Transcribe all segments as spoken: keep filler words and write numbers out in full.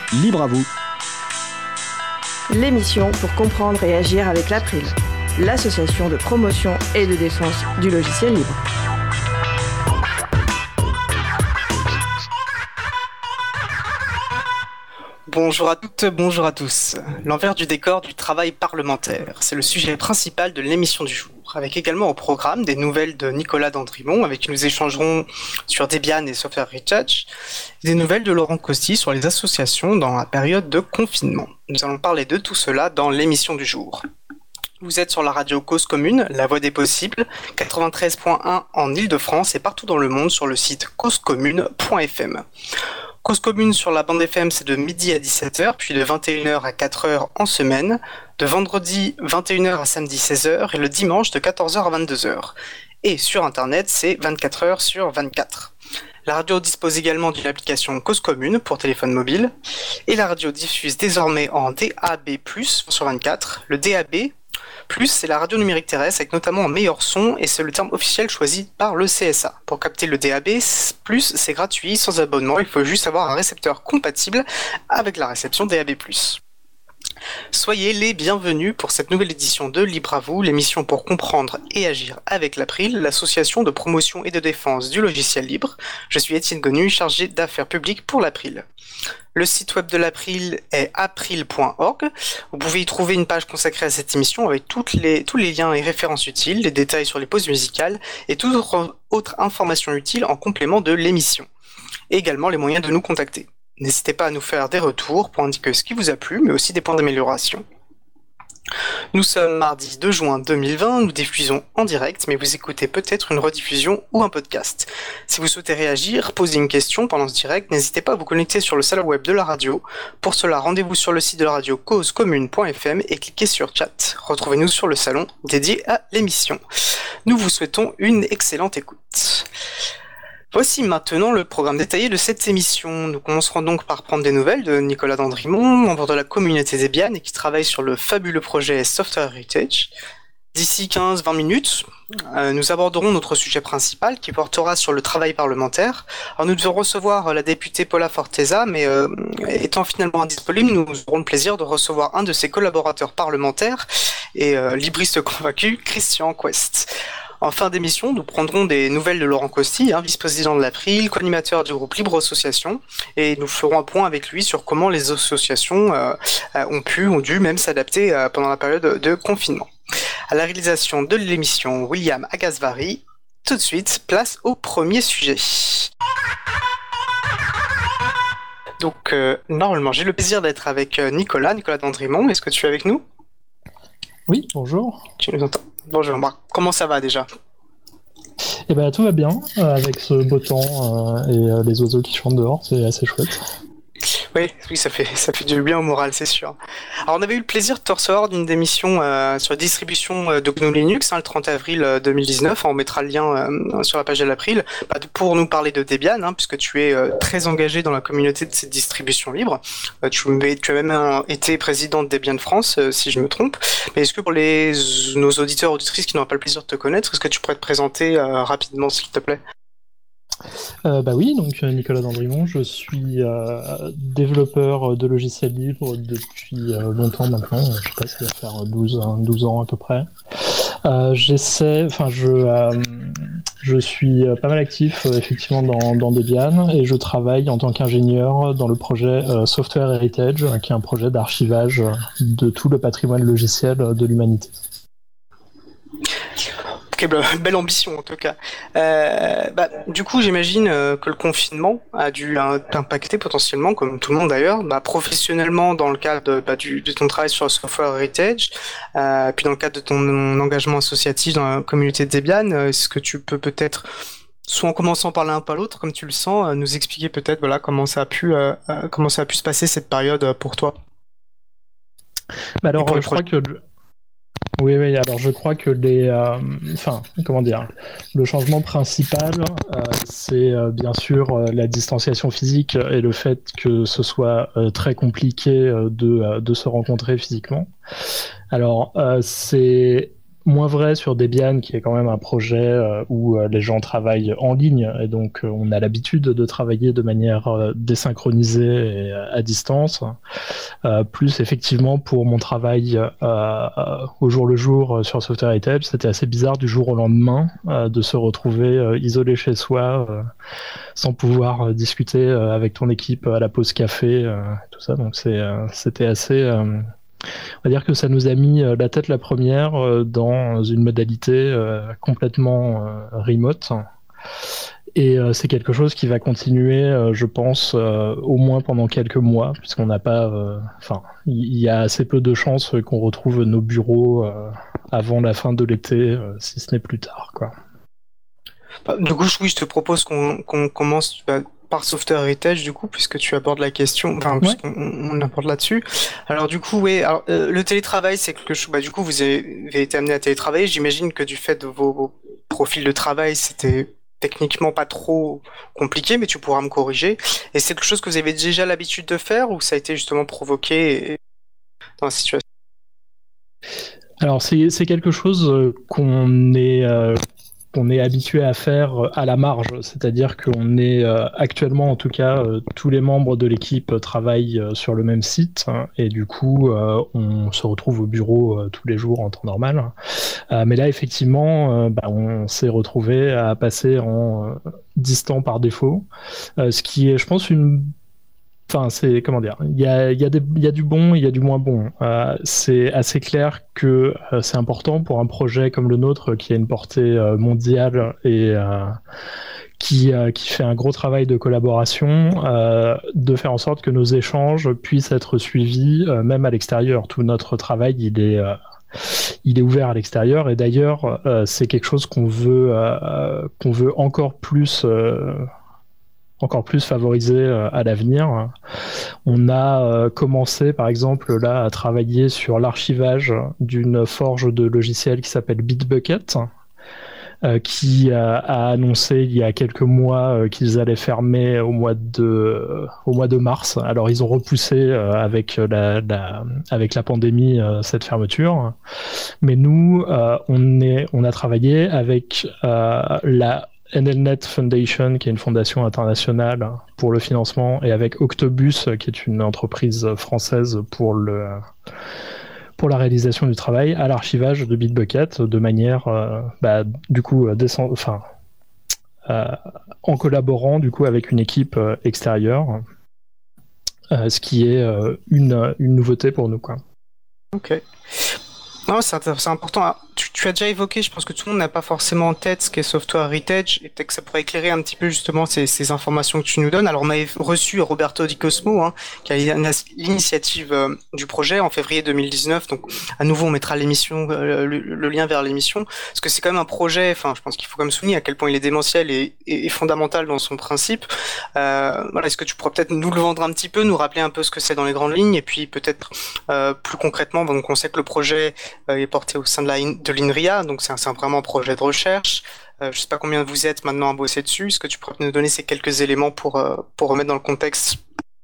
libre à vous. L'émission pour comprendre et agir avec l'April, l'association de promotion et de défense du logiciel libre. Bonjour à toutes, bonjour à tous. L'envers du décor du travail parlementaire, c'est le sujet principal de l'émission du jour, avec également au programme des nouvelles de Nicolas Dandrimont, avec qui nous échangerons sur Debian et Software Heritage, et des nouvelles de Laurent Costi sur les associations dans la période de confinement. Nous allons parler de tout cela dans l'émission du jour. Vous êtes sur la radio Cause Commune, la voix des possibles, quatre-vingt-treize point un en Île-de-France et partout dans le monde sur le site cause commune point f m. Cause Commune sur la bande F M, c'est de midi à dix-sept heures, puis de vingt et une heures à quatre heures en semaine, de vendredi vingt et une heures à samedi seize heures et le dimanche de quatorze heures à vingt-deux heures. Et sur Internet, c'est vingt-quatre heures sur vingt-quatre. La radio dispose également d'une application Cause Commune pour téléphone mobile, et la radio diffuse désormais en D A B plus, sur vingt-quatre. Le D A B plus, c'est la radio numérique terrestre avec notamment un meilleur son et c'est le terme officiel choisi par le C S A. Pour capter le D A B plus, c'est gratuit, sans abonnement, il faut juste avoir un récepteur compatible avec la réception D A B plus. Soyez les bienvenus pour cette nouvelle édition de Libre à vous, l'émission pour comprendre et agir avec l'April, l'association de promotion et de défense du logiciel libre. Je suis Étienne Gonu, chargé d'affaires publiques pour l'April. Le site web de l'April est april point org. Vous pouvez y trouver une page consacrée à cette émission avec toutes les, tous les liens et références utiles, les détails sur les pauses musicales et toute autre, autre information utile en complément de l'émission. Et également les moyens de nous contacter. N'hésitez pas à nous faire des retours pour indiquer ce qui vous a plu, mais aussi des points d'amélioration. Nous sommes mardi deux juin deux mille vingt, nous diffusons en direct, mais vous écoutez peut-être une rediffusion ou un podcast. Si vous souhaitez réagir, poser une question pendant ce direct, n'hésitez pas à vous connecter sur le salon web de la radio. Pour cela, rendez-vous sur le site de la radio cause commune point f m et cliquez sur chat. Retrouvez-nous sur le salon dédié à l'émission. Nous vous souhaitons une excellente écoute. Voici maintenant le programme détaillé de cette émission. Nous commencerons donc par prendre des nouvelles de Nicolas Dandrimont, membre de la communauté Debian et qui travaille sur le fabuleux projet Software Heritage. D'ici quinze à vingt minutes, euh, nous aborderons notre sujet principal qui portera sur le travail parlementaire. Alors nous devons recevoir la députée Paula Forteza, mais euh, étant finalement indisponible, nous aurons le plaisir de recevoir un de ses collaborateurs parlementaires et euh, libriste convaincu, Christian Quest. En fin d'émission, nous prendrons des nouvelles de Laurent Costi, hein, vice-président de l'April, co-animateur du groupe Libre Association, et nous ferons un point avec lui sur comment les associations euh, ont pu, ont dû même s'adapter euh, pendant la période de confinement. À la réalisation de l'émission, William Agasvari. Tout de suite, place au premier sujet. Donc, euh, normalement, j'ai le plaisir d'être avec Nicolas, Nicolas Dandrimont. Est-ce que tu es avec nous ? Oui, bonjour. Tu nous entends ? Bonjour, bah, comment ça va déjà ? Eh ben tout va bien, euh, avec ce beau temps euh, et euh, les oiseaux qui chantent dehors, c'est assez chouette. Oui, oui, ça fait, ça fait du bien au moral, c'est sûr. Alors, on avait eu le plaisir de te recevoir d'une émission euh, sur la distribution euh, de G N U Linux, hein, le trente avril deux mille dix-neuf. On mettra le lien euh, sur la page de l'April bah, pour nous parler de Debian, hein, puisque tu es euh, très engagé dans la communauté de cette distribution libre. Euh, tu, tu as même euh, été président de Debian France, euh, si je me trompe. Mais est-ce que pour les, nos auditeurs auditrices qui n'auront pas le plaisir de te connaître, est-ce que tu pourrais te présenter euh, rapidement, s'il te plaît ? Euh, bah oui, donc Nicolas Dandrimont, je suis euh, développeur de logiciels libres depuis euh, longtemps maintenant, je sais pas, ça va faire douze, douze ans à peu près. Euh, j'essaie, enfin je, euh, je suis pas mal actif euh, effectivement dans, dans Debian et je travaille en tant qu'ingénieur dans le projet euh, Software Heritage, qui est un projet d'archivage de tout le patrimoine logiciel de l'humanité. Ok, bah, belle ambition en tout cas. Euh, bah, du coup, j'imagine euh, que le confinement a dû euh, t'impacter potentiellement, comme tout le monde d'ailleurs, bah, professionnellement dans le cadre de, bah, du, de ton travail sur le Software Heritage, euh, puis dans le cadre de ton engagement associatif dans la communauté de Debian. Est-ce que tu peux peut-être, soit en commençant par l'un par l'autre, comme tu le sens, euh, nous expliquer peut-être voilà comment ça a pu euh, euh, comment ça a pu se passer cette période euh, pour toi? Bah alors, je crois que le... Oui, oui, alors je crois que les, euh, enfin, comment dire, le changement principal, euh, c'est euh, bien sûr euh, la distanciation physique et le fait que ce soit euh, très compliqué euh, de, euh, de se rencontrer physiquement. Alors, euh, c'est moins vrai sur Debian, qui est quand même un projet euh, où euh, les gens travaillent en ligne, et donc euh, on a l'habitude de travailler de manière euh, désynchronisée et euh, à distance. Euh, plus effectivement pour mon travail euh, euh, au jour le jour euh, sur Software Heritage, c'était assez bizarre du jour au lendemain euh, de se retrouver euh, isolé chez soi, euh, sans pouvoir euh, discuter euh, avec ton équipe à la pause café, euh, tout ça. Donc c'est, euh, c'était assez... Euh, on va dire que ça nous a mis euh, la tête la première euh, dans une modalité euh, complètement euh, remote. Et euh, c'est quelque chose qui va continuer, euh, je pense, euh, au moins pendant quelques mois, puisqu'on n'a pas... Enfin, euh, il y, y a assez peu de chances qu'on retrouve nos bureaux euh, avant la fin de l'été, euh, si ce n'est plus tard, quoi. Du coup, oui, je te propose qu'on, qu'on commence bah, par Software Heritage, du coup, puisque tu abordes la question, enfin, Ouais. puisqu'on on aborde là-dessus. Alors, du coup, oui, alors, euh, le télétravail, c'est quelque chose, bah, du coup, vous avez, avez été amené à télétravailler. J'imagine que du fait de vos, vos profils de travail, c'était techniquement pas trop compliqué, mais tu pourras me corriger. Et c'est quelque chose que vous avez déjà l'habitude de faire ou ça a été justement provoqué dans la situation? Alors, c'est, c'est quelque chose qu'on est... Euh... qu'on est habitué à faire à la marge, c'est-à-dire qu'on est euh, actuellement, en tout cas, euh, tous les membres de l'équipe travaillent euh, sur le même site, hein, et du coup, euh, on se retrouve au bureau euh, tous les jours en temps normal. Euh, mais là, effectivement, euh, bah, on s'est retrouvé à passer en euh, distant par défaut, euh, ce qui est, je pense, une Enfin, c'est comment dire. Il y a, il y a des, il y a du bon, il y a du moins bon. Euh, c'est assez clair que euh, c'est important pour un projet comme le nôtre qui a une portée euh, mondiale et euh, qui, euh, qui fait un gros travail de collaboration, euh, de faire en sorte que nos échanges puissent être suivis, euh, même à l'extérieur. Tout notre travail, il est euh, il est ouvert à l'extérieur. Et d'ailleurs, euh, c'est quelque chose qu'on veut euh, qu'on veut encore plus. Euh, encore plus favorisé euh, à l'avenir. On a euh, commencé, par exemple, là, à travailler sur l'archivage d'une forge de logiciels qui s'appelle Bitbucket, euh, qui a, a annoncé il y a quelques mois euh, qu'ils allaient fermer au mois de, euh, au mois de mars. Alors, ils ont repoussé euh, avec, la, la, avec la pandémie euh, cette fermeture. Mais nous, euh, on, est, on a travaillé avec euh, la NLnet Foundation, qui est une fondation internationale pour le financement, et avec Octobus, qui est une entreprise française pour, le, pour la réalisation du travail, à l'archivage de Bitbucket, de manière, euh, bah, du coup, descend, enfin, euh, en collaborant, du coup, avec une équipe euh, extérieure, euh, ce qui est euh, une, une nouveauté pour nous, quoi. Ok. Non, c'est, c'est important. Ah, tu, tu as déjà évoqué, je pense que tout le monde n'a pas forcément en tête ce qu'est Software Heritage, et peut-être que ça pourrait éclairer un petit peu justement ces, ces informations que tu nous donnes. Alors, on avait reçu Roberto Di Cosmo, hein, qui a l'initiative euh, du projet en février deux mille dix-neuf. Donc, à nouveau, on mettra l'émission, euh, le, le lien vers l'émission, parce que c'est quand même un projet. Enfin, je pense qu'il faut quand même souligner à quel point il est démentiel et, et, et fondamental dans son principe. Euh, voilà, est-ce que tu pourrais peut-être nous le vendre un petit peu, nous rappeler un peu ce que c'est dans les grandes lignes, et puis peut-être euh, plus concrètement. Donc, on sait que le projet est porté au sein de, la, de l'INRIA, donc c'est, un, c'est un vraiment un projet de recherche. Euh, je ne sais pas combien vous êtes maintenant à bosser dessus. Est-ce que tu pourrais nous donner ces quelques éléments pour, euh, pour remettre dans le contexte?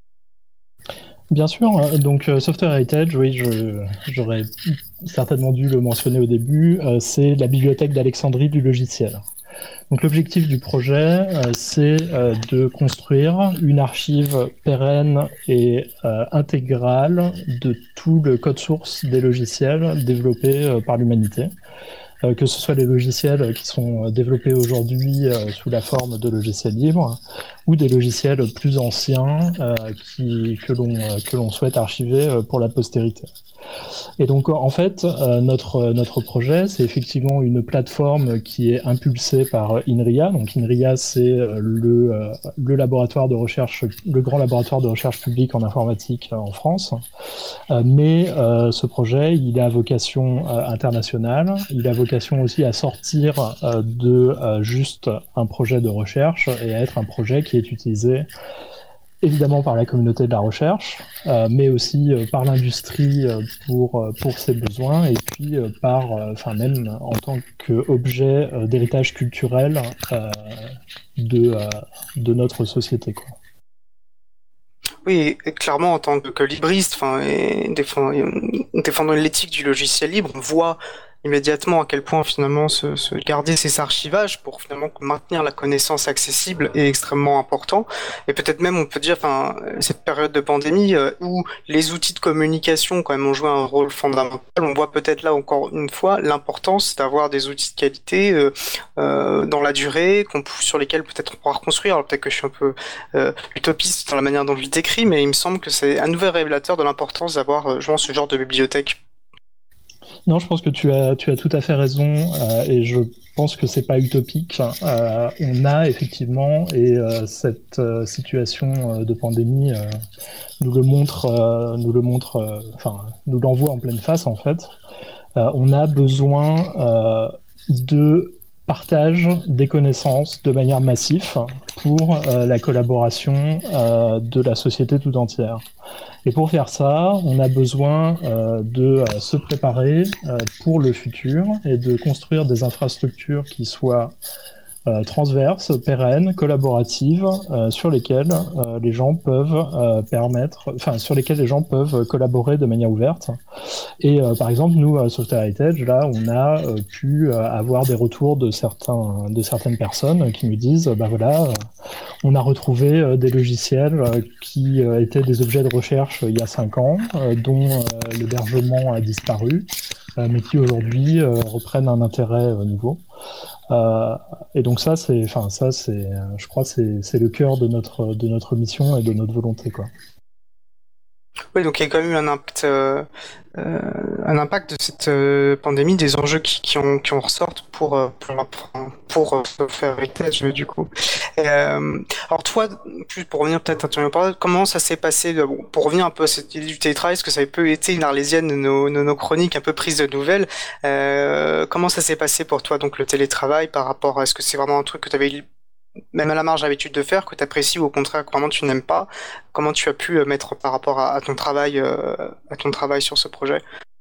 Bien sûr. Donc euh, Software Heritage, oui, je, j'aurais certainement dû le mentionner au début, euh, c'est la bibliothèque d'Alexandrie du logiciel. Donc l'objectif du projet, euh, c'est euh, de construire une archive pérenne et euh, intégrale de tout le code source des logiciels développés euh, par l'humanité. Euh, que ce soit les logiciels qui sont développés aujourd'hui euh, sous la forme de logiciels libres ou des logiciels plus anciens euh, qui, que, l'on, que l'on souhaite archiver euh, pour la postérité. Et donc, en fait, euh, notre, notre projet, c'est effectivement une plateforme qui est impulsée par INRIA. Donc, INRIA, c'est le, euh, le laboratoire de recherche, le grand laboratoire de recherche publique en informatique euh, en France. Euh, mais euh, ce projet, il a vocation euh, internationale. Il a vocation aussi à sortir euh, de euh, juste un projet de recherche et à être un projet qui est utilisé évidemment par la communauté de la recherche, euh, mais aussi euh, par l'industrie euh, pour, euh, pour ses besoins, et puis euh, par, enfin euh, même en tant qu'objet euh, d'héritage culturel euh, de, euh, de notre société, quoi. Oui, et clairement, en tant que, que libriste, enfin, défendant l'éthique du logiciel libre, on voit immédiatement à quel point finalement se, se garder ces archivages pour finalement maintenir la connaissance accessible est extrêmement important. Et peut-être même on peut dire, enfin, cette période de pandémie euh, où les outils de communication quand même ont joué un rôle fondamental, on voit peut-être là encore une fois l'importance d'avoir des outils de qualité euh, euh, dans la durée, qu'on, sur lesquels peut-être on pourra reconstruire. Alors peut-être que je suis un peu euh, utopiste dans la manière dont je le décris, mais il me semble que c'est un nouvel révélateur de l'importance d'avoir, euh, je pense, ce genre de bibliothèque. Non, je pense que tu as, tu as tout à fait raison, euh, et je pense que c'est pas utopique. Euh, on a effectivement, et euh, cette euh, situation euh, de pandémie euh, nous le montre, euh, nous le montre, euh, enfin, nous l'envoie en pleine face en fait. Euh, on a besoin euh, de partage des connaissances de manière massive pour euh, la collaboration euh, de la société tout entière. Et pour faire ça, on a besoin euh, de euh, se préparer euh, pour le futur et de construire des infrastructures qui soient euh, transverses, pérennes, collaboratives, euh, sur lesquelles euh, les gens peuvent euh, permettre, enfin sur lesquelles les gens peuvent collaborer de manière ouverte. Et euh, par exemple, nous, à Software Heritage, là, on a euh, pu euh, avoir des retours de certains, de certaines personnes qui nous disent, bah voilà, euh, on a retrouvé euh, des logiciels euh, qui euh, étaient des objets de recherche euh, il y a cinq ans, euh, dont euh, l'hébergement a disparu, euh, mais qui aujourd'hui euh, reprennent un intérêt euh, nouveau. Euh, et donc ça, c'est, enfin ça, c'est, je crois, c'est, c'est le cœur de notre, de notre mission et de notre volonté, quoi. Oui, donc il y a quand même eu un impact, euh, euh, un impact de cette euh, pandémie, des enjeux qui, qui, ont, qui en ressortent pour, euh, pour, pour euh, faire héritage, du coup. Et, euh, alors toi, plus pour revenir peut-être à ton parole, comment ça s'est passé, bon, pour revenir un peu à cette idée du télétravail, parce que ça a un peu été une arlésienne de nos, de nos chroniques, un peu prise de nouvelles, euh, comment ça s'est passé pour toi, donc le télétravail, par rapport à, est-ce que c'est vraiment un truc que tu avais même à la marge l'habitude de faire, que tu apprécies ou au contraire que vraiment tu n'aimes pas? Comment tu as pu euh, mettre par rapport à, à ton travail euh, à ton travail sur ce projet?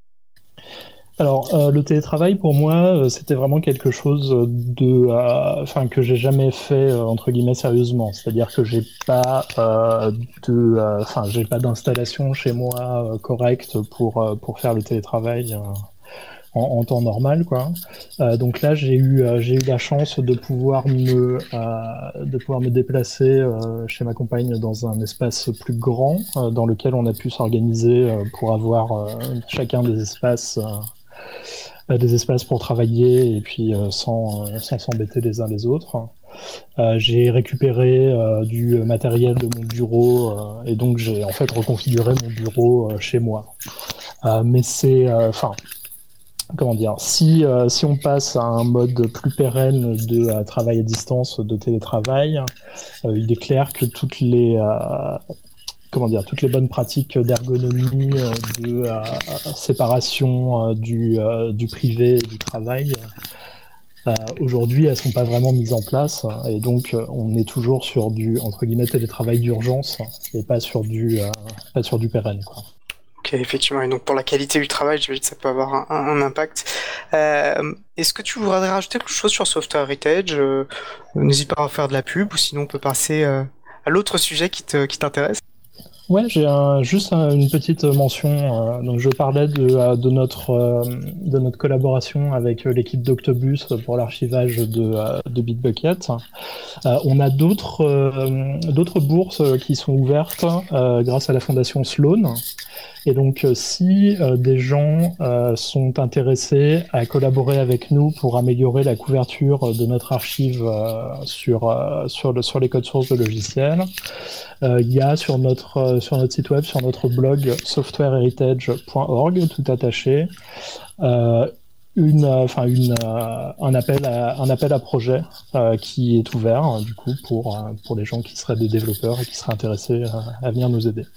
Alors, euh, le télétravail, pour moi, euh, c'était vraiment quelque chose de, euh, enfin, que j'ai jamais fait, euh, entre guillemets, sérieusement. C'est-à-dire que j'ai pas euh, de, enfin, euh, j'ai pas d'installation chez moi euh, correcte pour, euh, pour faire le télétravail. Euh, En, en temps normal, quoi. Euh, donc là, j'ai eu, euh, j'ai eu la chance de pouvoir me, euh, de pouvoir me déplacer euh, chez ma compagne dans un espace plus grand, euh, dans lequel on a pu s'organiser euh, pour avoir euh, chacun des espaces, euh, des espaces pour travailler et puis euh, sans, euh, sans s'embêter les uns les autres. Euh, j'ai récupéré euh, du matériel de mon bureau euh, et donc j'ai en fait reconfiguré mon bureau euh, chez moi. Euh, mais c'est, enfin. Euh, Comment dire, si, euh, si on passe à un mode plus pérenne de euh, travail à distance, de télétravail, euh, il est clair que toutes les, euh, comment dire, toutes les bonnes pratiques d'ergonomie, euh, de euh, séparation euh, du, euh, du privé et du travail, euh, aujourd'hui, elles sont pas vraiment mises en place. Et donc, euh, on est toujours sur du, entre guillemets, télétravail d'urgence et pas sur du, euh, pas sur du pérenne, quoi. Ok, effectivement. Et donc pour la qualité du travail, j'imagine que ça peut avoir un, un, un impact. Euh, est-ce que tu voudrais rajouter quelque chose sur Software Heritage? euh, N'hésite pas à faire de la pub, ou sinon on peut passer euh, à l'autre sujet qui te, qui t'intéresse. Ouais, j'ai un, juste un, une petite mention. Euh, donc, je parlais de, de notre euh, de notre collaboration avec l'équipe d'Octobus pour l'archivage de, de Bitbucket. Euh, on a d'autres euh, d'autres bourses qui sont ouvertes euh, grâce à la fondation Sloan. Et donc, euh, si euh, des gens euh, sont intéressés à collaborer avec nous pour améliorer la couverture de notre archive euh, sur euh, sur le, sur les codes sources de logiciels, euh, il y a sur notre euh, sur notre site web, sur notre blog software heritage point org, tout attaché, euh, une enfin une euh, un appel à un appel à projet euh, qui est ouvert euh, du coup pour euh, pour les gens qui seraient des développeurs et qui seraient intéressés euh, à venir nous aider.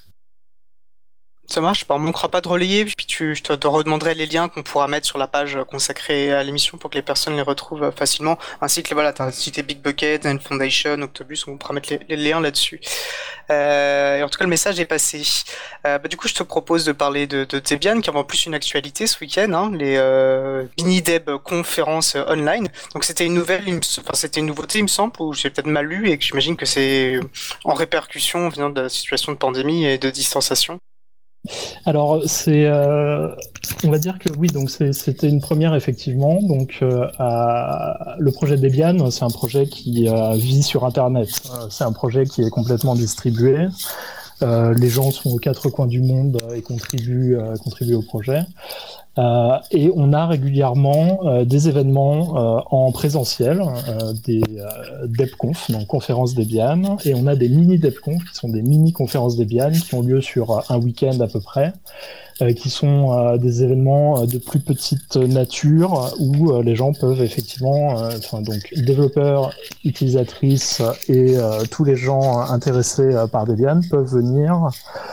Ça marche, on ne manquera pas de relayer, puis tu, je te, te redemanderai les liens qu'on pourra mettre sur la page consacrée à l'émission pour que les personnes les retrouvent facilement, ainsi que voilà, tu as cité Bitbucket, N Foundation, Octobus, on pourra mettre les, les liens là-dessus. Euh, et en tout cas, le message est passé. Euh, bah, du coup, je te propose de parler de, de Debian, qui a en plus une actualité ce week-end, hein, les euh, BiniDeb conférences online. Donc c'était une nouvelle, une, enfin c'était une nouveauté, il me semble, ou j'ai peut-être mal lu, et que j'imagine que c'est en répercussion venant de la situation de pandémie et de distanciation. Alors, c'est, euh, on va dire que oui, donc c'est, c'était une première effectivement. Donc, euh, à- le projet Debian, c'est un projet qui euh, vit sur Internet. Euh, c'est un projet qui est complètement distribué. Euh, les gens sont aux quatre coins du monde et contribuent, euh, contribuent au projet. Euh, et on a régulièrement euh, des événements euh, en présentiel, euh, des euh, DebConf, donc conférences Debian, et on a des mini DebConf qui sont des mini conférences Debian qui ont lieu sur un week-end à peu près, euh, qui sont euh, des événements de plus petite nature où euh, les gens peuvent effectivement, euh, enfin donc développeurs, utilisatrices et euh, tous les gens intéressés euh, par Debian peuvent venir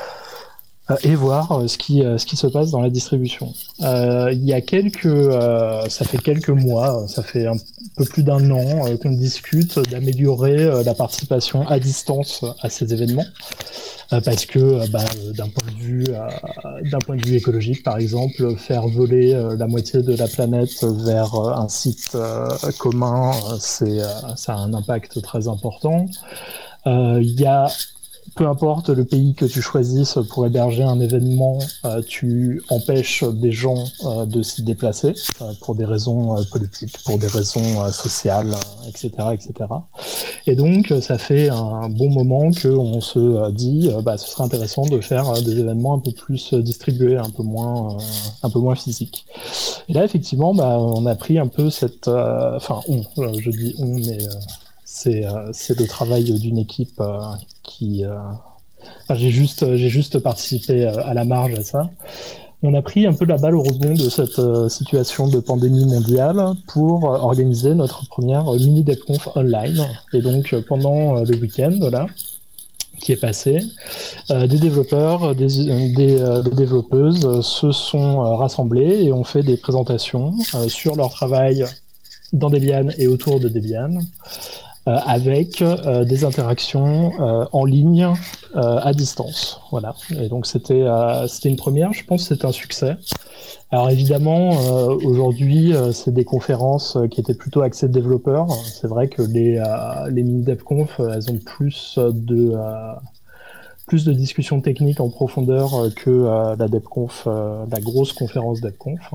et voir euh, ce qui euh, ce qui se passe dans la distribution. Euh, il y a quelques, euh, ça fait quelques mois, ça fait un peu plus d'un an euh, qu'on discute d'améliorer euh, la participation à distance à ces événements, euh, parce que euh, bah, d'un point de vue euh, d'un point de vue écologique, par exemple, faire voler euh, la moitié de la planète vers euh, un site euh, commun, euh, c'est euh, ça a un impact très important. Euh, Il y a Peu importe le pays que tu choisisses pour héberger un événement, euh, tu empêches des gens euh, de s'y déplacer euh, pour des raisons euh, politiques, pour des raisons euh, sociales, euh, et cetera, et cetera. Et donc, ça fait un bon moment qu'on se euh, dit, euh, bah, ce serait intéressant de faire euh, des événements un peu plus euh, distribués, un peu moins, euh, un peu moins physiques. Et là, effectivement, bah, on a pris un peu cette, euh, enfin, on, euh, je dis on, mais euh, c'est, euh, c'est le travail d'une équipe euh, qui, euh, enfin, j'ai juste, j'ai juste participé euh, à la marge à ça. On a pris un peu la balle au rebond de cette euh, situation de pandémie mondiale pour euh, organiser notre première euh, mini DevConf online. Et donc, euh, pendant euh, le week-end, là, qui est passé, euh, des développeurs, des, des, euh, des développeuses euh, se sont euh, rassemblés et ont fait des présentations euh, sur leur travail dans Debian et autour de Debian. Euh, avec euh, des interactions euh, en ligne euh, à distance. Voilà. Et donc c'était euh, c'était une première, je pense que c'est un succès. Alors évidemment, euh, aujourd'hui, euh, c'est des conférences euh, qui étaient plutôt axées de développeurs. C'est vrai que les, euh, les mini DevConf, elles ont plus de, euh, plus de discussions techniques en profondeur euh, que euh, la DevConf, euh, la grosse conférence DevConf.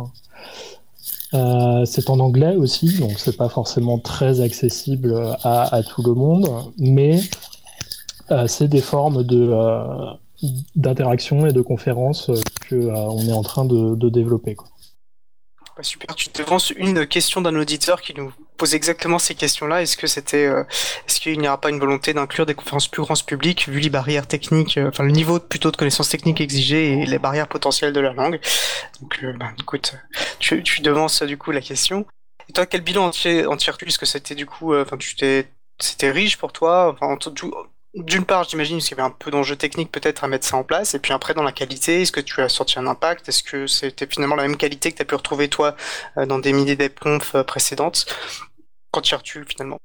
Euh, c'est en anglais aussi, donc c'est pas forcément très accessible à, à tout le monde, mais euh, c'est des formes de euh, d'interaction et de conférences que euh, on est en train de, de développer, quoi. Bah, super, tu devances une question d'un auditeur qui nous pose exactement ces questions-là. Est-ce que c'était, euh, est-ce qu'il n'y aura pas une volonté d'inclure des conférences plus grand public vu les barrières techniques, euh, enfin le niveau plutôt de connaissances techniques exigées et les barrières potentielles de la langue. Donc, euh, bah, écoute, tu, tu devances du coup la question. Et toi, quel bilan en tires-tu? Est-ce que c'était du coup, enfin, euh, tu t'es, c'était riche pour toi, enfin, en tout. D'une part, j'imagine qu'il y avait un peu d'enjeu technique peut-être à mettre ça en place, et puis après dans la qualité, est-ce que tu as sorti un impact? Est-ce que c'était finalement la même qualité que tu as pu retrouver toi dans des mini DevConf précédentes? Qu'en tires-tu finalement?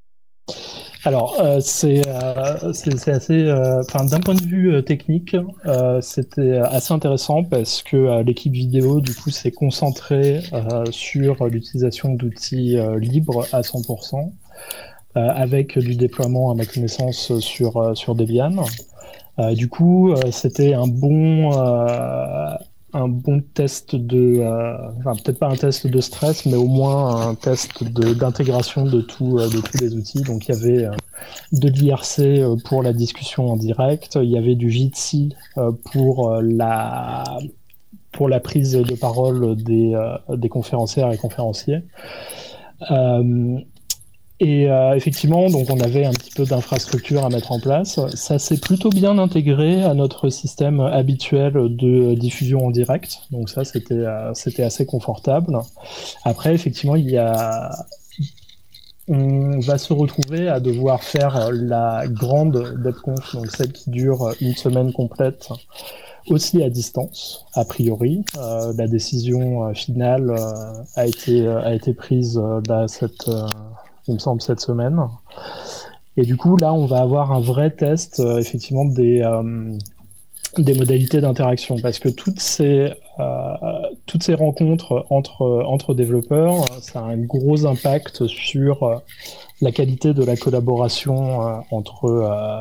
Alors, euh, c'est, euh, c'est, c'est assez, enfin, euh, d'un point de vue euh, technique, euh, c'était assez intéressant parce que euh, l'équipe vidéo, du coup, s'est concentrée euh, sur l'utilisation d'outils euh, libres à cent pour cent. Euh, avec du déploiement à ma connaissance sur euh, sur Debian. Euh, du coup, euh, c'était un bon euh, un bon test de, euh, enfin peut-être pas un test de stress, mais au moins un test de, d'intégration de tout euh, de tous les outils. Donc il y avait euh, de l'I R C pour la discussion en direct, il y avait du Jitsi euh, pour euh, la pour la prise de parole des euh, des conférencières et conférenciers. Euh, Et euh, effectivement, donc on avait un petit peu d'infrastructure à mettre en place. Ça s'est plutôt bien intégré à notre système habituel de diffusion en direct. Donc ça, c'était euh, c'était assez confortable. Après, effectivement, il y a on va se retrouver à devoir faire la grande DevConf, donc celle qui dure une semaine complète, aussi à distance, a priori. Euh, la décision finale euh, a été a été prise euh, là cette euh, il me semble, cette semaine. Et du coup, là, on va avoir un vrai test, euh, effectivement, des, euh, des modalités d'interaction. Parce que toutes ces, euh, toutes ces rencontres entre, entre développeurs, ça a un gros impact sur euh, la qualité de la collaboration euh, entre, euh,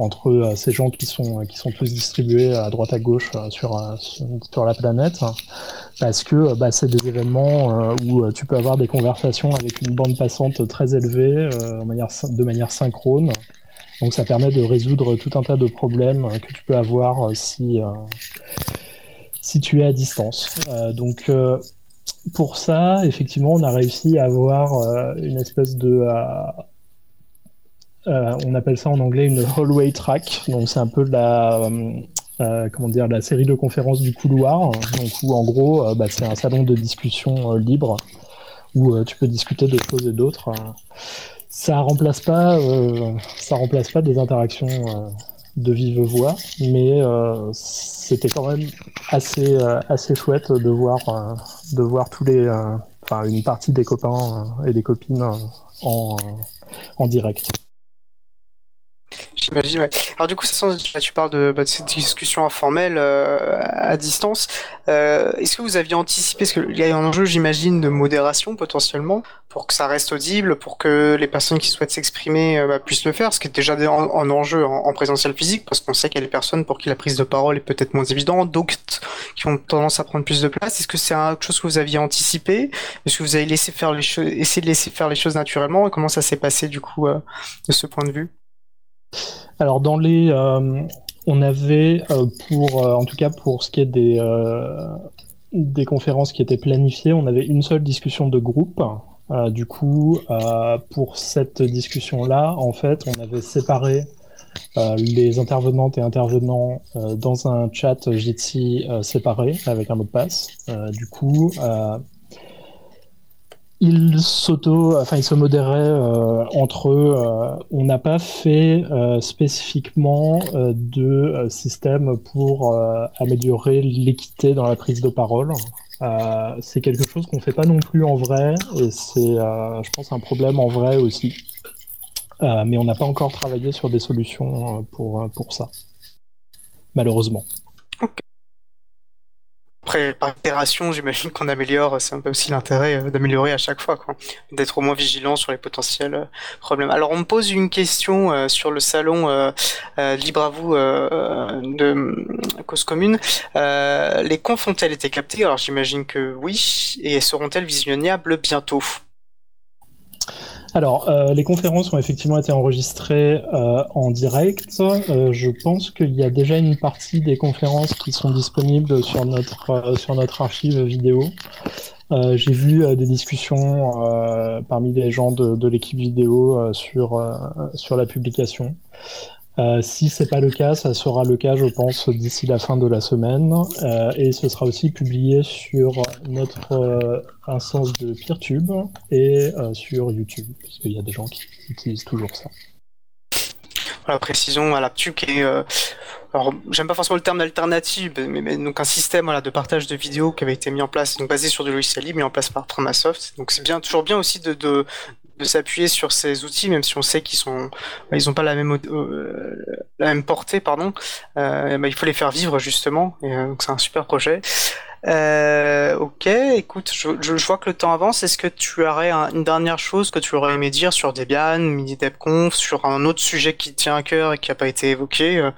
entre euh, ces gens qui sont qui sont tous distribués à droite à gauche euh, sur, euh, sur la planète, parce que euh, bah, c'est des événements euh, où euh, tu peux avoir des conversations avec une bande passante très élevée, euh, de manière, de manière synchrone. Donc ça permet de résoudre tout un tas de problèmes euh, que tu peux avoir euh, si euh, si tu es à distance. Euh, donc euh, pour ça, effectivement, on a réussi à avoir euh, une espèce de euh, Euh, on appelle ça en anglais une hallway track. Donc c'est un peu de la euh, euh, comment dire la série de conférences du couloir. Donc où en gros euh, bah, c'est un salon de discussion euh, libre où euh, tu peux discuter de choses et d'autres. Ça remplace pas euh, ça remplace pas des interactions euh, de vive voix, mais euh, c'était quand même assez euh, assez chouette de voir euh, de voir tous les euh, enfin une partie des copains euh, et des copines euh, en euh, en direct. J'imagine, ouais. Alors du coup, ça sent, là, tu parles de, bah, de cette discussion informelle euh, à distance. Euh, est-ce que vous aviez anticipé, parce qu'il y a un enjeu, j'imagine, de modération potentiellement, pour que ça reste audible, pour que les personnes qui souhaitent s'exprimer euh, bah, puissent le faire, ce qui est déjà en, en enjeu en, en présentiel physique, parce qu'on sait qu'il y a des personnes pour qui la prise de parole est peut-être moins évidente, d'autres qui ont tendance à prendre plus de place. Est-ce que c'est quelque chose que vous aviez anticipé? Est-ce que vous avez laissé faire les choses, essayé de laisser faire les choses naturellement, et comment ça s'est passé du coup euh, de ce point de vue? Alors dans les, euh, on avait euh, pour, euh, en tout cas pour ce qui est des euh, des conférences qui étaient planifiées, on avait une seule discussion de groupe. Euh, du coup, euh, pour cette discussion-là, en fait, on avait séparé euh, les intervenantes et intervenants euh, dans un chat Jitsi euh, séparé avec un mot de passe. Euh, du coup. Euh, Ils s'auto, enfin ils se modéraient euh, entre eux. Euh, on n'a pas fait euh, spécifiquement euh, de euh, système pour euh, améliorer l'équité dans la prise de parole. Euh, c'est quelque chose qu'on fait pas non plus en vrai, et c'est, euh, je pense, un problème en vrai aussi. Euh, mais on n'a pas encore travaillé sur des solutions euh, pour pour ça, malheureusement. Après, par itération, j'imagine qu'on améliore, c'est un peu aussi l'intérêt euh, d'améliorer à chaque fois, quoi. D'être au moins vigilant sur les potentiels euh, problèmes. Alors, on me pose une question euh, sur le salon euh, euh, Libre à vous euh, de euh, Cause Commune. Euh, les confs ont-elles été captées? Alors, j'imagine que oui. Et seront-elles visionnables bientôt? Alors, euh, les conférences ont effectivement été enregistrées euh, en direct. Euh, je pense qu'il y a déjà une partie des conférences qui sont disponibles sur notre euh, sur notre archive vidéo. Euh, j'ai vu euh, des discussions euh, parmi les gens de, de l'équipe vidéo euh, sur euh, sur la publication. Euh, si c'est pas le cas, ça sera le cas, je pense, d'ici la fin de la semaine, euh, et ce sera aussi publié sur notre euh, instance de Peertube et euh, sur YouTube, puisqu'il y a des gens qui utilisent toujours ça. Voilà, précision à la Tube qui est, euh, alors j'aime pas forcément le terme d'alternative, mais, mais donc un système voilà de partage de vidéos qui avait été mis en place, donc basé sur du logiciel libre, mis en place par Framasoft. Donc c'est bien, toujours bien aussi de, de de s'appuyer sur ces outils, même si on sait qu'ils sont, ils ont pas la même euh, la même portée, pardon. Euh, bah, il faut les faire vivre justement. Et, euh, donc c'est un super projet. Euh, ok, écoute, je, je, je vois que le temps avance. Est-ce que tu aurais un, une dernière chose que tu aurais aimé dire sur Debian, Mini-DebConf, sur un autre sujet qui te tient à cœur et qui n'a pas été évoqué? euh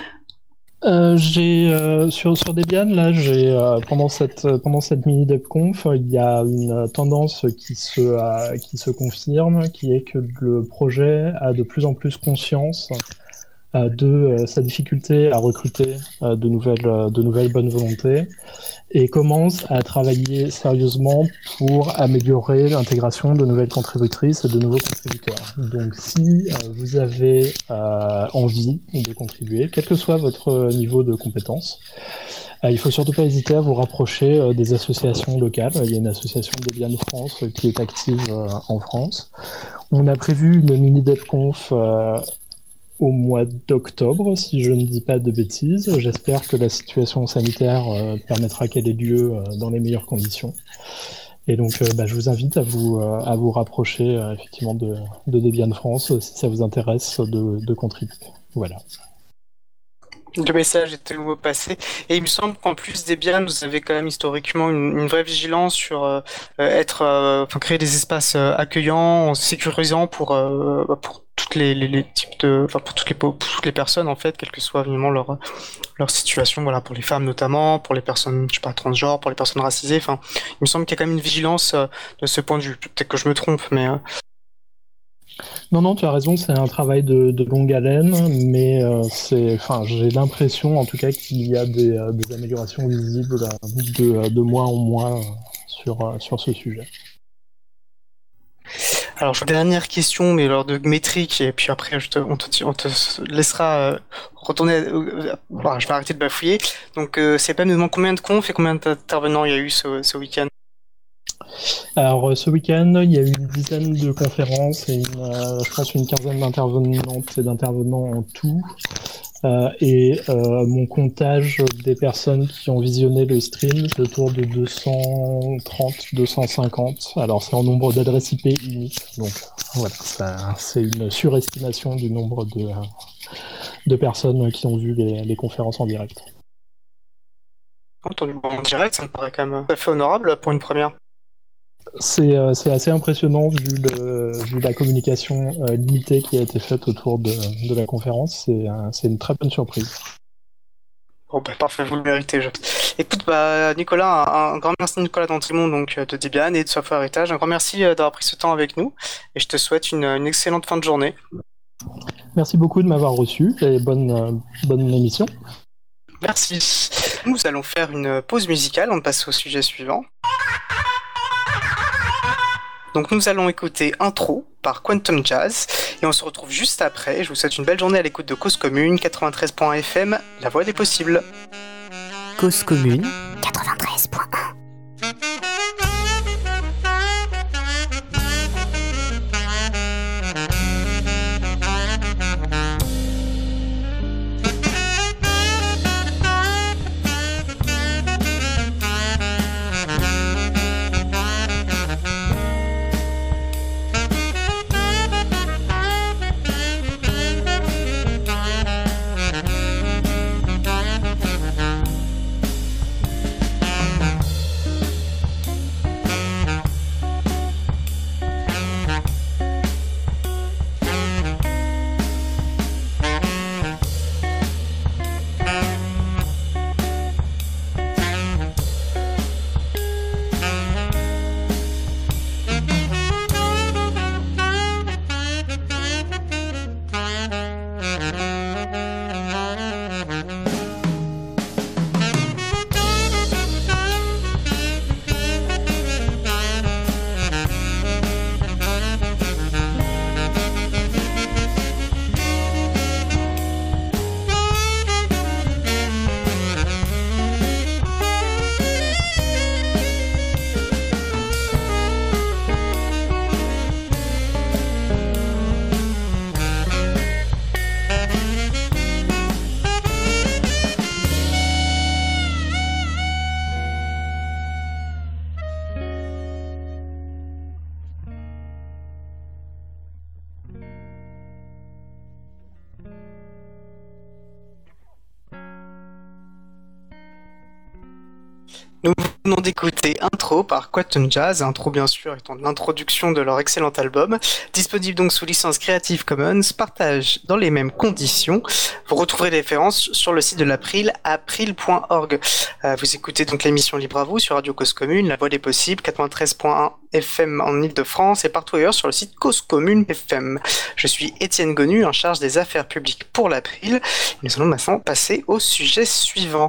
Euh, j'ai euh, sur sur Debian là, j'ai euh, pendant cette pendant cette mini DebConf, il y a une tendance qui se euh, qui se confirme, qui est que le projet a de plus en plus conscience euh, de euh, sa difficulté à recruter euh, de nouvelles euh, de nouvelles bonnes volontés, et commence à travailler sérieusement pour améliorer l'intégration de nouvelles contributrices et de nouveaux contributeurs. Donc si euh, vous avez euh, envie de contribuer, quel que soit votre niveau de compétence, euh, il faut surtout pas hésiter à vous rapprocher euh, des associations locales. Il y a une association Debian France qui est active euh, en France. On a prévu une mini DebConf euh, au mois d'octobre, si je ne dis pas de bêtises. J'espère que la situation sanitaire euh, permettra qu'elle ait lieu euh, dans les meilleures conditions. Et donc, euh, bah, je vous invite à vous, euh, à vous rapprocher euh, effectivement de, de Debian France, si ça vous intéresse de, de contribuer. Voilà. Le message était le mot passé. Et il me semble qu'en plus Debian, vous avez quand même historiquement une, une vraie vigilance sur euh, être, euh, enfin créer des espaces euh, accueillants, sécurisants pour, euh, pour toutes toutes les, les, les types de, enfin pour toutes les pour toutes les personnes en fait, quelle que soit évidemment leur leur situation, voilà, pour les femmes notamment, pour les personnes, je sais pas, transgenres, pour les personnes racisées. Enfin, il me semble qu'il y a quand même une vigilance euh, de ce point de vue. Peut-être que je me trompe, mais euh... non, non, tu as raison, c'est un travail de, de longue haleine, mais euh, c'est, enfin, j'ai l'impression en tout cas qu'il y a des, euh, des améliorations visibles de, de mois en mois euh, sur euh, sur ce sujet. Alors, dernière question, mais alors de métrique, et puis après, je te, on, te, on te laissera euh, retourner. Euh, voilà, je vais arrêter de bafouiller. Donc, euh, c'est pas nous demander combien de confs et combien d'intervenants il y a eu ce, ce week-end. Alors, ce week-end, il y a eu une dizaine de conférences et une, euh, je pense une quinzaine d'intervenantes et d'intervenants en tout. Euh, et euh, mon comptage des personnes qui ont visionné le stream, c'est autour de deux cent trente à deux cent cinquante. Alors, c'est en nombre d'adresses I P uniques. Donc, voilà, ça, c'est une surestimation du nombre de, de personnes qui ont vu les, les conférences en direct. Entendu en direct, ça me paraît quand même tout à fait honorable pour une première. C'est, euh, c'est assez impressionnant vu, le, vu la communication euh, limitée qui a été faite autour de, de la conférence. C'est, euh, c'est une très bonne surprise. Bon, bah, parfait, vous le méritez. Je... Écoute, bah, Nicolas, un, un grand merci Nicolas D'Andrimont, donc de Debian et de Software Heritage. Un grand merci d'avoir pris ce temps avec nous et je te souhaite une, une excellente fin de journée. Merci beaucoup de m'avoir reçu et bonne, euh, bonne émission. Merci. Nous allons faire une pause musicale, on passe au sujet suivant. Donc nous allons écouter Intro par Quantum Jazz et on se retrouve juste après. Je vous souhaite une belle journée à l'écoute de Cause Commune, quatre-vingt-treize point un F M, la voix des possibles. Cause Commune, quatre-vingt-treize point un. Nous venons d'écouter Intro par Quantum Jazz, Intro bien sûr étant l'introduction de leur excellent album, disponible donc sous licence Creative Commons, partage dans les mêmes conditions. Vous retrouverez les références sur le site de l'April, april point org. Euh, vous écoutez donc l'émission Libre à vous sur Radio Cause Commune, la voix des possibles, quatre-vingt-treize point un F M en Ile-de-France et partout ailleurs sur le site Cause Commune F M. Je suis Étienne Gonu, en charge des affaires publiques pour l'April. Nous allons maintenant passer au sujet suivant.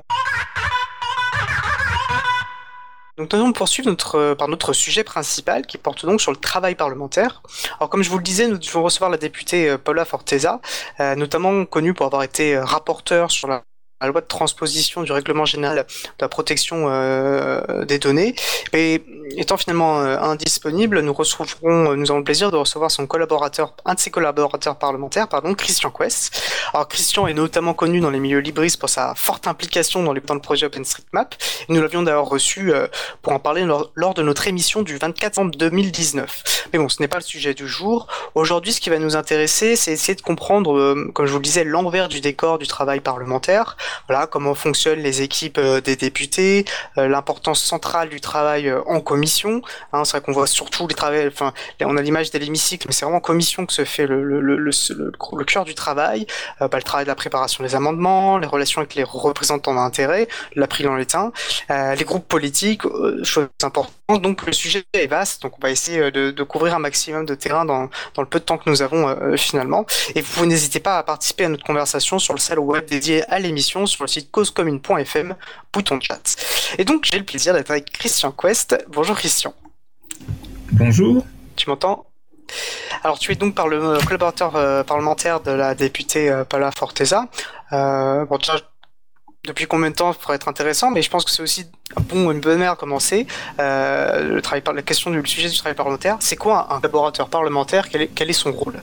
Donc nous allons poursuivre notre, par notre sujet principal qui porte donc sur le travail parlementaire. Alors comme je vous le disais, nous devons recevoir la députée Paula Forteza, euh, notamment connue pour avoir été rapporteure sur la la loi de transposition du règlement général de la protection euh, des données. Et étant finalement euh, indisponible, nous recevrons, nous avons le plaisir de recevoir son collaborateur, un de ses collaborateurs parlementaires, pardon, Christian Quest. Alors Christian est notamment connu dans les milieux libristes pour sa forte implication dans, les, dans le projet OpenStreetMap. Et nous l'avions d'ailleurs reçu euh, pour en parler lors, lors de notre émission du vingt-quatre décembre deux mille dix-neuf. Mais bon, ce n'est pas le sujet du jour. Aujourd'hui, ce qui va nous intéresser, c'est essayer de comprendre, euh, comme je vous le disais, l'envers du décor du travail parlementaire. voilà, comment fonctionnent les équipes euh, des députés, euh, l'importance centrale du travail euh, en commission. Hein, c'est vrai qu'on voit surtout les travails, enfin, on a l'image de l'hémicycle, mais c'est vraiment en commission que se fait le, le, le, le, le, le cœur du travail. Euh, bah, le travail de la préparation des amendements, les relations avec les représentants d'intérêt, l'April en l'état, euh, les groupes politiques, euh, choses importantes. Donc le sujet est vaste, donc on va essayer de, de couvrir un maximum de terrain dans, dans le peu de temps que nous avons euh, finalement. Et vous n'hésitez pas à participer à notre conversation sur le salon web dédié à l'émission sur le site cause commune point f m, bouton chat. Et donc j'ai le plaisir d'être avec Christian Quest. Bonjour Christian. Bonjour. Tu m'entends ? Alors tu es donc par le collaborateur euh, parlementaire de la députée euh, Paola Forteza. Euh, bon, déjà, depuis combien de temps ça pourrait être intéressant, mais je pense que c'est aussi un bon, une bonne manière à commencer. Euh, le travail par, la question du le sujet du travail parlementaire, c'est quoi un collaborateur parlementaire ? Quel est, quel est son rôle ?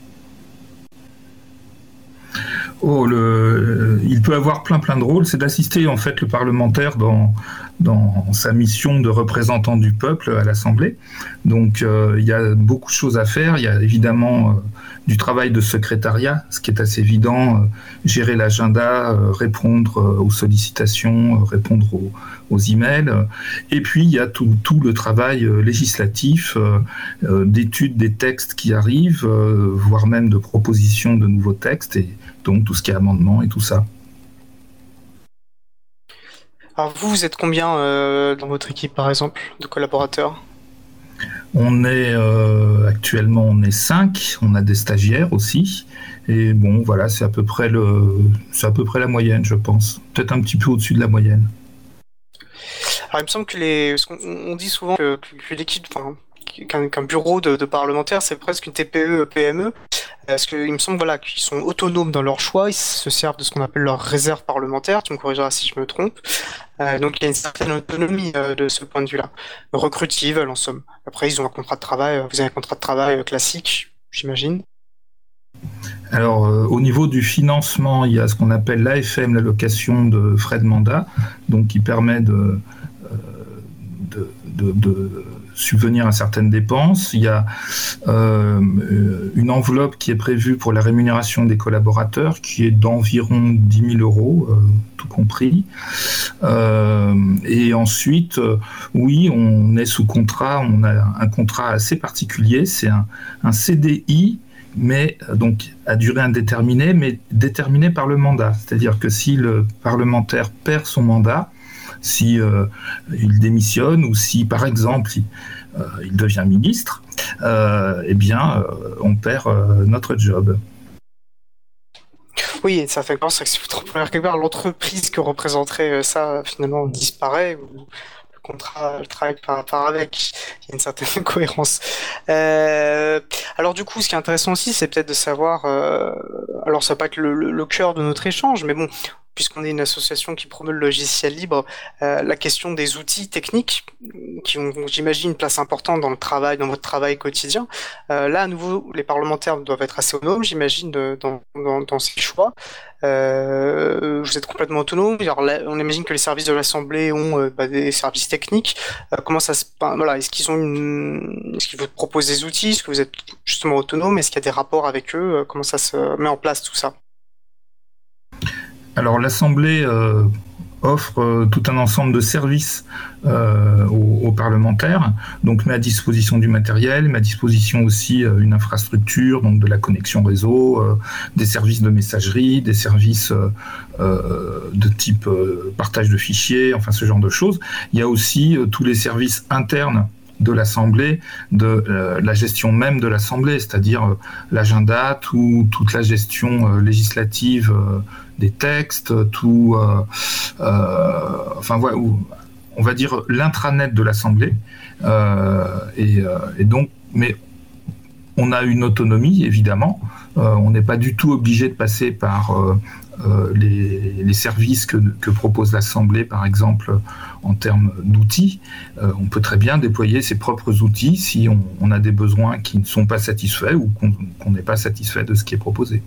Oh, le, il peut avoir plein plein de rôles. C'est d'assister en fait le parlementaire dans dans sa mission de représentant du peuple à l'Assemblée. Donc euh, il y a beaucoup de choses à faire. Il y a évidemment euh, du travail de secrétariat, ce qui est assez évident, euh, gérer l'agenda, euh, répondre euh, aux sollicitations, euh, répondre aux, aux emails. Et puis il y a tout, tout le travail euh, législatif, euh, euh, d'études des textes qui arrivent, euh, voire même de propositions de nouveaux textes, et donc tout ce qui est amendement et tout ça. Alors vous, vous êtes combien euh, dans votre équipe, par exemple, de collaborateurs ? On est euh, actuellement on est cinq, on a des stagiaires aussi, et bon voilà, c'est à peu près le, c'est à peu près la moyenne, je pense, peut-être un petit peu au-dessus de la moyenne. Alors il me semble que les, parce qu'on on dit souvent que, que l'équipe, enfin, qu'un, qu'un bureau de, de parlementaires, c'est presque une T P E P M E. Parce qu'il me semble voilà, qu'ils sont autonomes dans leur choix, ils se servent de ce qu'on appelle leur réserve parlementaire, tu me corrigeras si je me trompe. Euh, donc il y a une certaine autonomie euh, de ce point de vue-là, recrutive en somme. Après ils ont un contrat de travail, vous avez un contrat de travail euh, classique, j'imagine. Alors euh, au niveau du financement, il y a ce qu'on appelle l'A F M, l'allocation de frais de mandat, donc qui permet de, euh, de, de, de subvenir à certaines dépenses. Il y a euh, une enveloppe qui est prévue pour la rémunération des collaborateurs qui est d'environ dix mille euros, euh, tout compris. Euh, et ensuite, euh, oui, on est sous contrat, on a un contrat assez particulier, c'est un, un C D I, mais donc à durée indéterminée, mais déterminé par le mandat. C'est-à-dire que si le parlementaire perd son mandat, si euh, il démissionne ou si, par exemple, il, euh, il devient ministre, euh, eh bien, euh, on perd euh, notre job. Oui, ça fait penser que si vous trouvez quelque part l'entreprise que représenterait ça, finalement, disparaît, ou le contrat, le travail par, par avec, il y a une certaine cohérence. Euh, alors du coup, ce qui est intéressant aussi, c'est peut-être de savoir, euh, alors ça va pas être le, le, le cœur de notre échange, mais bon, puisqu'on est une association qui promeut le logiciel libre, euh, la question des outils techniques qui ont, j'imagine, une place importante dans le travail, dans votre travail quotidien. Euh, là, à nouveau, les parlementaires doivent être assez autonomes, j'imagine, de, dans, dans, dans ces choix. Euh, vous êtes complètement autonome. Alors là, on imagine que les services de l'Assemblée ont euh, bah, des services techniques. Euh, comment ça se, bah, voilà, est-ce qu'ils ont une, est-ce qu'ils vous proposent des outils? Est-ce que vous êtes justement autonome? Est-ce qu'il y a des rapports avec eux? Comment ça se met en place tout ça? Alors l'Assemblée euh, offre euh, tout un ensemble de services euh, aux, aux parlementaires, donc met à disposition du matériel, met à disposition aussi euh, une infrastructure, donc de la connexion réseau, euh, des services de messagerie, des services euh, euh, de type euh, partage de fichiers, enfin ce genre de choses. Il y a aussi euh, tous les services internes de l'Assemblée, de euh, la gestion même de l'Assemblée, c'est-à-dire euh, l'agenda, tout, toute la gestion euh, législative euh, des textes, tout, euh, euh, enfin voilà, on va dire l'intranet de l'Assemblée, euh, et, euh, et donc, mais on a une autonomie évidemment, euh, on n'est pas du tout obligé de passer par euh, euh, les, les services que, que propose l'Assemblée, par exemple en termes d'outils. Euh, on peut très bien déployer ses propres outils si on, on a des besoins qui ne sont pas satisfaits ou qu'on qu'on n'est pas satisfait de ce qui est proposé.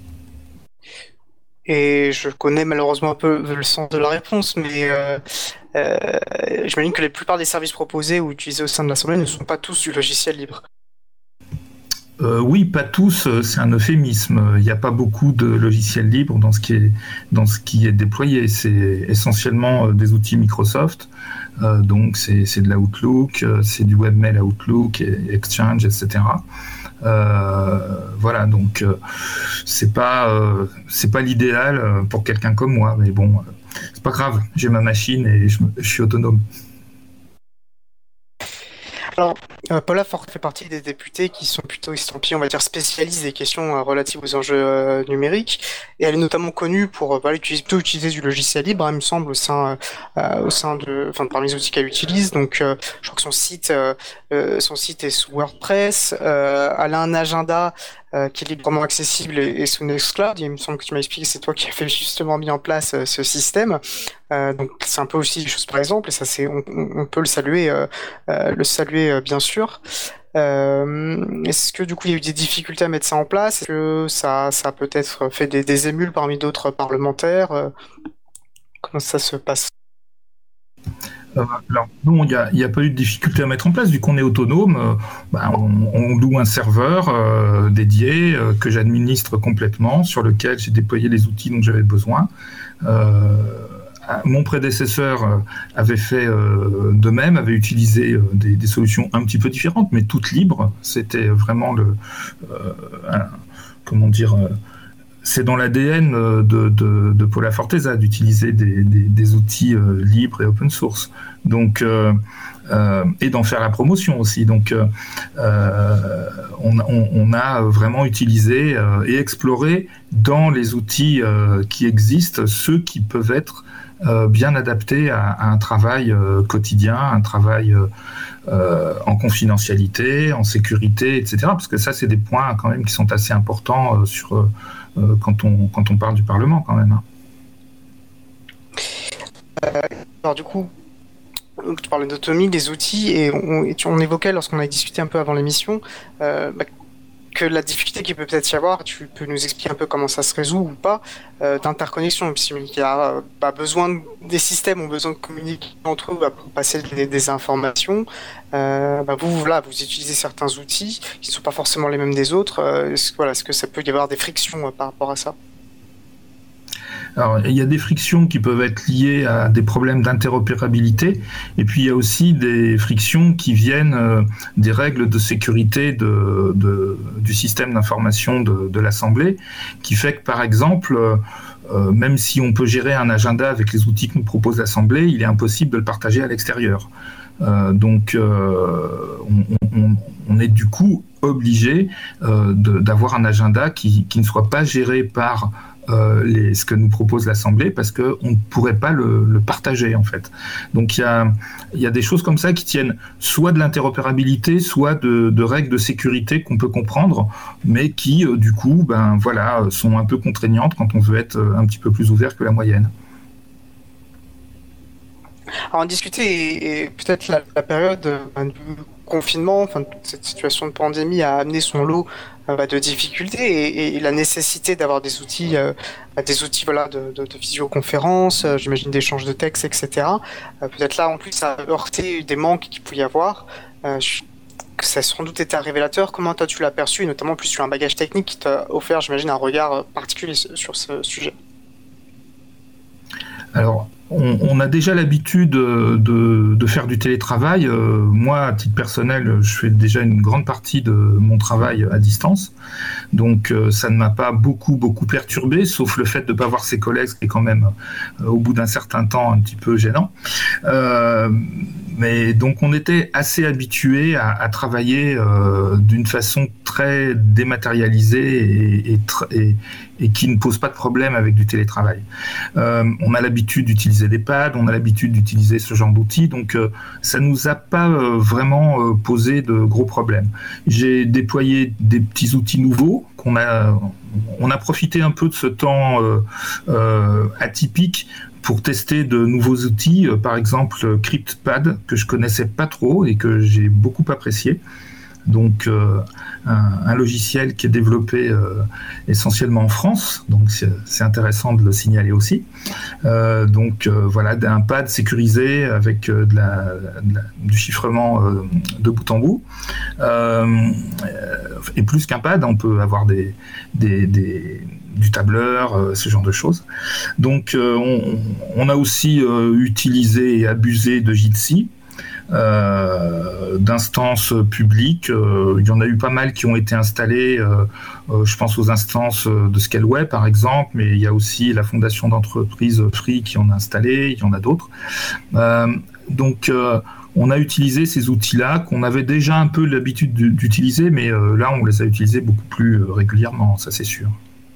Et je connais malheureusement un peu le sens de la réponse, mais euh, euh, j'imagine que la plupart des services proposés ou utilisés au sein de l'Assemblée ne sont pas tous du logiciel libre. Euh, oui, pas tous, c'est un euphémisme. Il n'y a pas beaucoup de logiciels libres dans ce qui est, dans ce qui est déployé. C'est essentiellement des outils Microsoft. Euh, donc, c'est, c'est de l'Outlook, c'est du webmail Outlook, Exchange, et cetera. Euh, voilà, donc euh, c'est pas, euh, c'est pas l'idéal pour quelqu'un comme moi. Mais bon, euh, c'est pas grave. J'ai ma machine et je, je suis autonome. Alors, euh, Paula Forte fait partie des députés qui sont plutôt estampillés, on va dire, spécialistes des questions euh, relatives aux enjeux euh, numériques. Et elle est notamment connue pour euh, voilà, utiliser, plutôt utiliser du logiciel libre, hein, il me semble, au sein, euh, au sein de, enfin, parmi les outils qu'elle utilise. Donc, euh, je crois que son site, euh, euh, son site est sous WordPress. Euh, elle a un agenda euh, qui est librement accessible et, et sous Nextcloud. Il me semble que tu m'as expliqué, c'est toi qui as fait justement mis en place euh, ce système. Euh, donc, c'est un peu aussi des choses par exemple, et ça, c'est, on, on peut le saluer, euh, euh, le saluer euh, bien sûr. Euh, est-ce que du coup il y a eu des difficultés à mettre ça en place? Est-ce que ça, ça a peut-être fait des, des émules parmi d'autres parlementaires? euh, Comment ça se passe? Euh, alors, non, il n'y a, y a pas eu de difficulté à mettre en place, vu qu'on est autonome. Euh, bah, on, on loue un serveur euh, dédié euh, que j'administre complètement, sur lequel j'ai déployé les outils dont j'avais besoin. Euh, Mon prédécesseur avait fait euh, de même, avait utilisé euh, des, des solutions un petit peu différentes, mais toutes libres. C'était vraiment le, euh, un, comment dire, euh, c'est dans l'A D N de, de, de Paula Forteza d'utiliser des, des, des outils euh, libres et open source. Donc, euh, euh, et d'en faire la promotion aussi. Donc, euh, on, on, on a vraiment utilisé euh, et exploré dans les outils euh, qui existent ceux qui peuvent être Euh, bien adapté à, à un travail euh, quotidien, un travail euh, euh, en confidentialité, en sécurité, et cetera. Parce que ça, c'est des points quand même qui sont assez importants euh, sur, euh, quand, on, quand on parle du Parlement quand même. Hein. Euh, alors du coup, tu parlais d'autonomie, des outils, et on, et on évoquait lorsqu'on a discuté un peu avant l'émission, euh, bah, que la difficulté qu'il peut peut-être y avoir, tu peux nous expliquer un peu comment ça se résout ou pas, euh, d'interconnexion, puisqu'il y a euh, bah, besoin de, des systèmes ont besoin de communiquer entre eux bah, pour passer des, des informations. Euh, bah, vous, voilà, vous utilisez certains outils qui ne sont pas forcément les mêmes des autres. Euh, est-ce, voilà, est-ce que ça peut y avoir des frictions euh, par rapport à ça? Alors, il y a des frictions qui peuvent être liées à des problèmes d'interopérabilité, et puis il y a aussi des frictions qui viennent euh, des règles de sécurité de, de, du système d'information de, de l'Assemblée, qui fait que, par exemple, euh, même si on peut gérer un agenda avec les outils que nous propose l'Assemblée, il est impossible de le partager à l'extérieur. Euh, donc, euh, on, on, on est du coup obligé euh, de, d'avoir un agenda qui, qui ne soit pas géré par Euh, les, ce que nous propose l'Assemblée, parce qu'on ne pourrait pas le, le partager en fait. Donc il y a, y a des choses comme ça qui tiennent soit de l'interopérabilité, soit de, de règles de sécurité qu'on peut comprendre, mais qui euh, du coup ben, voilà, sont un peu contraignantes quand on veut être un petit peu plus ouvert que la moyenne. Alors en discuter, et, et peut-être la, la période euh, du confinement, enfin cette situation de pandémie a amené son lot euh, de difficultés, et, et la nécessité d'avoir des outils, euh, des outils voilà de, de, de visioconférence, euh, j'imagine d'échange de textes, et cetera. Euh, peut-être là en plus ça a heurté des manques qu'il pouvait y avoir. Euh, que ça a sans doute été un révélateur. Comment as-tu l'as perçu, et notamment plus sur un bagage technique qui t'a offert, j'imagine, un regard particulier sur ce sujet? Alors, on, on a déjà l'habitude de, de, de faire du télétravail. Euh, moi, à titre personnel, je fais déjà une grande partie de mon travail à distance. Donc, euh, ça ne m'a pas beaucoup, beaucoup perturbé, sauf le fait de ne pas voir ses collègues, ce qui est quand même, euh, au bout d'un certain temps, un petit peu gênant. Euh, mais donc, on était assez habitué à, à travailler euh, d'une façon très dématérialisée et, et, et, et qui ne pose pas de problème avec du télétravail. Euh, on a l'habitude d'utiliser des pads, on a l'habitude d'utiliser ce genre d'outils, donc euh, ça ne nous a pas euh, vraiment euh, posé de gros problèmes. J'ai déployé des petits outils nouveaux qu'on a, on a profité un peu de ce temps euh, euh, atypique pour tester de nouveaux outils, euh, par exemple CryptPad, que je connaissais pas trop et que j'ai beaucoup apprécié. donc euh, un, un logiciel qui est développé euh, essentiellement en France, donc c'est, c'est intéressant de le signaler aussi. Euh, donc euh, voilà, un pad sécurisé avec euh, de la, de la, du chiffrement euh, de bout en bout. Euh, et plus qu'un pad, on peut avoir des, des, des du tableur, euh, ce genre de choses. Donc euh, on, on a aussi euh, utilisé et abusé de Jitsi, euh, d'instances publiques. Euh, il y en a eu pas mal qui ont été installées, euh, euh, je pense aux instances de Scaleway par exemple, mais il y a aussi la fondation d'entreprise Free qui en a installé, il y en a d'autres. Euh, donc euh, on a utilisé ces outils-là qu'on avait déjà un peu l'habitude d'utiliser, mais euh, là on les a utilisés beaucoup plus euh, régulièrement, ça c'est sûr.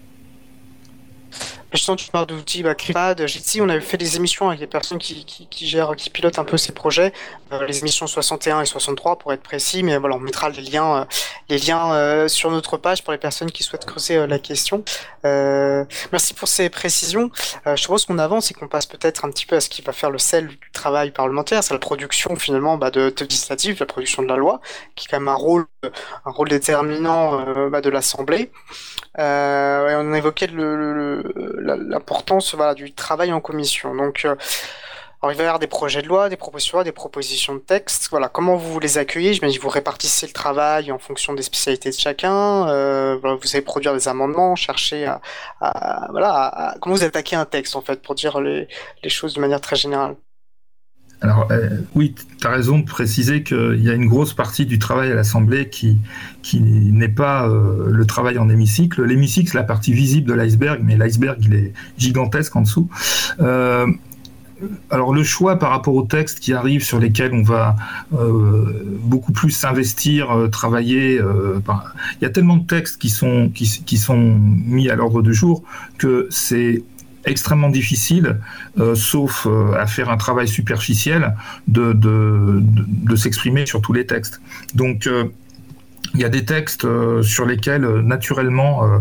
Justement, tu parles d'outils, bah, CryptPad, Jitsi, on avait fait des émissions avec des personnes qui, qui, qui gèrent, qui pilotent un peu ces projets, euh, les émissions soixante et un et soixante-trois pour être précis, mais voilà, on mettra les liens, euh, les liens euh, sur notre page pour les personnes qui souhaitent creuser euh, la question. Euh, merci pour ces précisions. Euh, je propose qu'on avance et qu'on passe peut-être un petit peu à ce qui va faire le sel du travail parlementaire, c'est la production finalement bah, de, de législative, la production de la loi, qui est quand même un rôle, un rôle déterminant euh, bah, de l'Assemblée. Euh, et on évoquait le, le, l'importance voilà, du travail en commission. Donc, euh, alors il va y avoir des projets de loi, des propositions de loi, des propositions de texte. Voilà, comment vous les accueillez? Je me dis, vous répartissez le travail en fonction des spécialités de chacun. Euh, voilà, vous allez produire des amendements, chercher à, à voilà, à, à, comment vous attaquez un texte en fait, pour dire les, les choses de manière très générale. Alors euh, oui, tu as raison de préciser qu'il y a une grosse partie du travail à l'Assemblée qui, qui n'est pas euh, le travail en hémicycle. L'hémicycle, c'est la partie visible de l'iceberg, mais l'iceberg, il est gigantesque en dessous. Euh, alors le choix par rapport aux textes qui arrivent, sur lesquels on va euh, beaucoup plus s'investir, euh, travailler, euh, ben, il y a tellement de textes qui sont, qui, qui sont mis à l'ordre du jour que c'est extrêmement difficile, euh, sauf euh, à faire un travail superficiel, de, de, de, de s'exprimer sur tous les textes. Donc, euh, il y a des textes euh, sur lesquels, euh, naturellement, euh,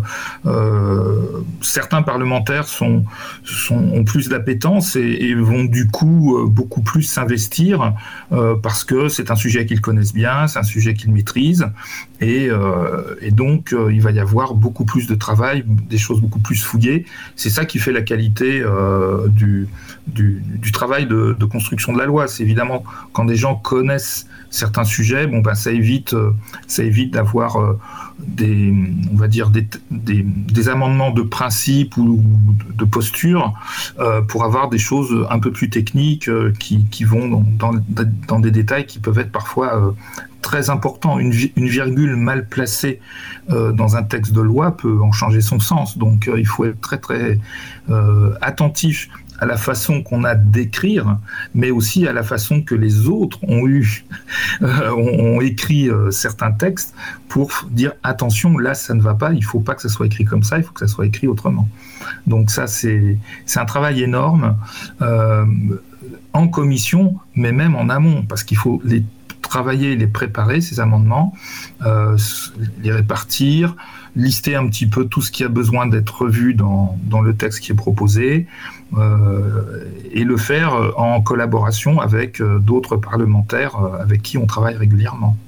euh, certains parlementaires sont, sont, ont plus d'appétence et, et vont du coup euh, beaucoup plus s'investir euh, parce que c'est un sujet qu'ils connaissent bien, c'est un sujet qu'ils maîtrisent et, euh, et donc euh, il va y avoir beaucoup plus de travail, des choses beaucoup plus fouillées. C'est ça qui fait la qualité euh, du, du, du travail de, de construction de la loi. C'est évidemment quand des gens connaissent certains sujets, bon ben ça évite, euh, ça évite d'avoir euh, des, on va dire des, des, des amendements de principe ou de posture euh, pour avoir des choses un peu plus techniques euh, qui, qui vont dans, dans, dans des détails qui peuvent être parfois euh, très importants. Une, une virgule mal placée euh, dans un texte de loi peut en changer son sens. Donc euh, il faut être très très euh, attentif à la façon qu'on a d'écrire, mais aussi à la façon que les autres ont eu, euh, ont, ont écrit euh, certains textes pour dire attention, là ça ne va pas, il ne faut pas que ça soit écrit comme ça, il faut que ça soit écrit autrement. Donc ça c'est, c'est un travail énorme euh, en commission, mais même en amont, parce qu'il faut les travailler, les préparer, ces amendements, euh, les répartir, lister un petit peu tout ce qui a besoin d'être revu dans, dans le texte qui est proposé, euh, et le faire en collaboration avec euh, d'autres parlementaires euh, avec qui on travaille régulièrement.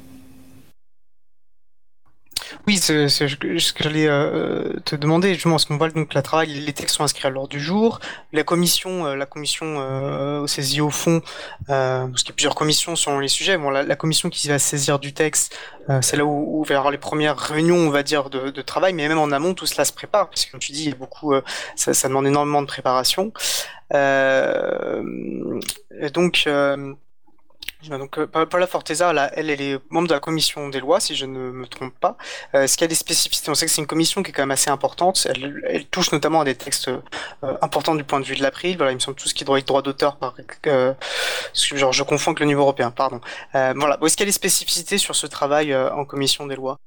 Oui, c'est, c'est ce que j'allais euh, te demander, justement, parce qu'on voit donc la travail, les textes sont inscrits à l'ordre du jour. La commission, euh, la commission euh, saisie au fond, euh, parce qu'il y a plusieurs commissions selon les sujets. Bon, la, la commission qui va se saisir du texte, euh, c'est là où, où il va y avoir les premières réunions, on va dire, de, de travail, mais même en amont, tout cela se prépare, parce que comme tu dis, il y a beaucoup, euh, ça, ça demande énormément de préparation. Euh, et donc. Euh, Donc, euh, Paula Forteza, là, elle, elle est membre de la commission des lois, si je ne me trompe pas. Euh, est-ce qu'il y a des spécificités? On sait que c'est une commission qui est quand même assez importante. Elle, elle touche notamment à des textes euh, importants du point de vue de l'April. Voilà, il me semble tout ce qui est droit, droit d'auteur, par, euh, genre, je confonds avec le niveau européen, pardon. Euh, voilà. Est-ce qu'il y a des spécificités sur ce travail euh, en commission des lois?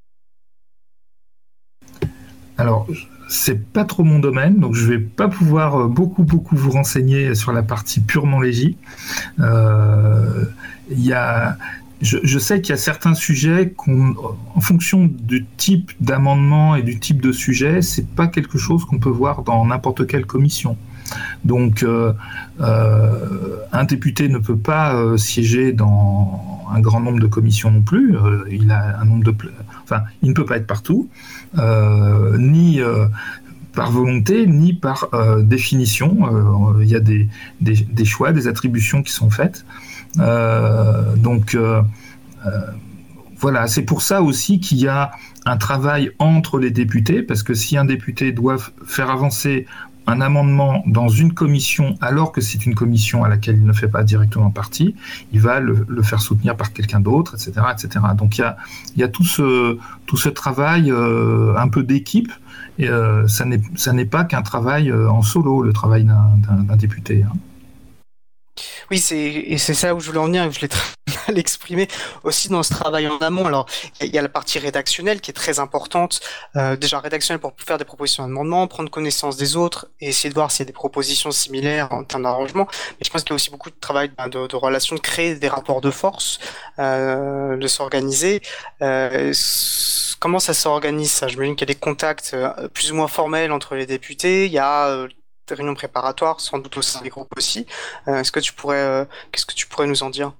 Alors, c'est pas trop mon domaine, donc je vais pas pouvoir beaucoup beaucoup vous renseigner sur la partie purement légie. Euh, il y a, je, je sais qu'il y a certains sujets qu'on, en fonction du type d'amendement et du type de sujet, c'est pas quelque chose qu'on peut voir dans n'importe quelle commission. Donc, euh, euh, un député ne peut pas euh, siéger dans un grand nombre de commissions non plus. Euh, il a un nombre de, enfin, il ne peut pas être partout, euh, ni euh, par volonté, ni par euh, définition. Euh, il y a des, des, des choix, des attributions qui sont faites. Euh, donc, euh, euh, voilà, c'est pour ça aussi qu'il y a un travail entre les députés, parce que si un député doit faire avancer un amendement dans une commission alors que c'est une commission à laquelle il ne fait pas directement partie, il va le, le faire soutenir par quelqu'un d'autre, et cetera, et cetera. Donc il y a, il y a tout ce, tout ce travail euh, un peu d'équipe, et euh, ça n'est, ça n'est pas qu'un travail euh, en solo, le travail d'un, d'un, d'un député. Hein. Oui, c'est, et c'est ça où je voulais en venir, et je l'ai très mal exprimé aussi dans ce travail en amont. Alors, il y, y a la partie rédactionnelle qui est très importante, euh, déjà rédactionnelle pour faire des propositions d'amendement, prendre connaissance des autres et essayer de voir s'il y a des propositions similaires en termes d'arrangement. Mais je pense qu'il y a aussi beaucoup de travail de, de relations, de créer des rapports de force, euh, de s'organiser. Euh, comment ça s'organise ça ? J'imagine qu'il y a des contacts euh, plus ou moins formels entre les députés, il y a... Euh, des réunions préparatoires, sans doute au sein des groupes aussi. Euh, est-ce que tu pourrais, euh, qu'est-ce que tu pourrais nous en dire ?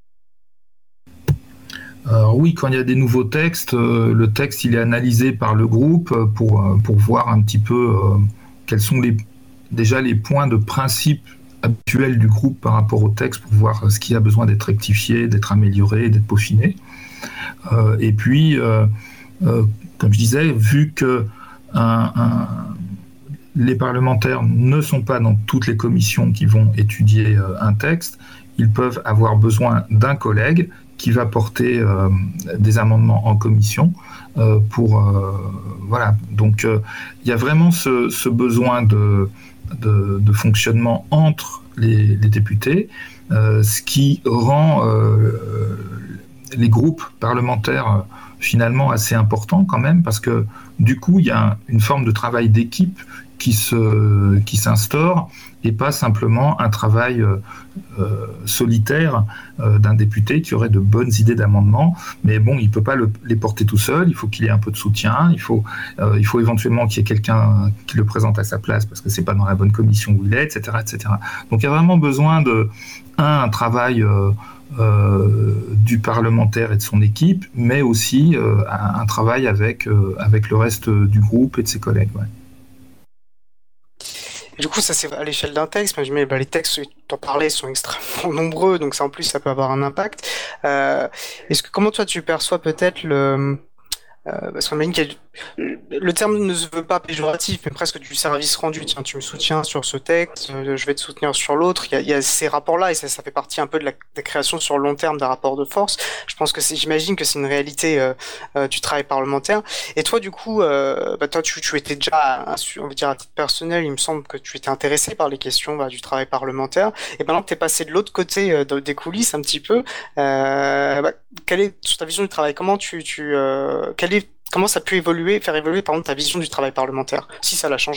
Alors oui, quand il y a des nouveaux textes, euh, le texte il est analysé par le groupe pour, euh, pour voir un petit peu euh, quels sont les, déjà les points de principe habituels du groupe par rapport au texte, pour voir ce qui a besoin d'être rectifié, d'être amélioré, d'être peaufiné. Euh, et puis, euh, euh, comme je disais, vu que un, un les parlementaires ne sont pas dans toutes les commissions qui vont étudier euh, un texte, ils peuvent avoir besoin d'un collègue qui va porter euh, des amendements en commission euh, pour euh, voilà. Donc euh, il y a vraiment ce, ce besoin de, de, de fonctionnement entre les, les députés, euh, ce qui rend euh, les groupes parlementaires euh, finalement assez importants quand même, parce que du coup il y a une forme de travail d'équipe qui se qui s'instaure, et pas simplement un travail euh, euh, solitaire euh, d'un député qui aurait de bonnes idées d'amendement, mais bon, il peut pas le, les porter tout seul, il faut qu'il ait un peu de soutien, il faut euh, il faut éventuellement qu'il y ait quelqu'un qui le présente à sa place parce que c'est pas dans la bonne commission où il est, et cetera, et cetera. Donc il y a vraiment besoin de un, un travail euh, euh, du parlementaire et de son équipe, mais aussi euh, un, un travail avec euh, avec le reste du groupe et de ses collègues. Ouais. Et du coup, ça c'est à l'échelle d'un texte, mais je mets, bah, les textes dont tu parlais sont extrêmement nombreux, donc ça en plus ça peut avoir un impact. Euh, est-ce que comment toi tu perçois peut-être le euh, parce qu'on imagine qu'il y a le terme ne se veut pas péjoratif, mais presque du service rendu. Tiens, tu me soutiens sur ce texte, euh, je vais te soutenir sur l'autre. Il y a, il y a ces rapports-là, et ça, ça fait partie un peu de la, de la création sur le long terme d'un rapport de force. Je pense que c'est, j'imagine que c'est une réalité euh, euh, du travail parlementaire. Et toi, du coup, euh, bah, toi, tu, tu étais déjà, on va dire à titre personnel, il me semble que tu étais intéressé par les questions bah, du travail parlementaire. Et maintenant que t'es passé de l'autre côté euh, des coulisses un petit peu, euh, bah, quelle est sur ta vision du travail ? Comment tu, tu, euh, quelle est Comment ça a pu évoluer, faire évoluer par exemple ta vision du travail parlementaire, si ça l'a changé ?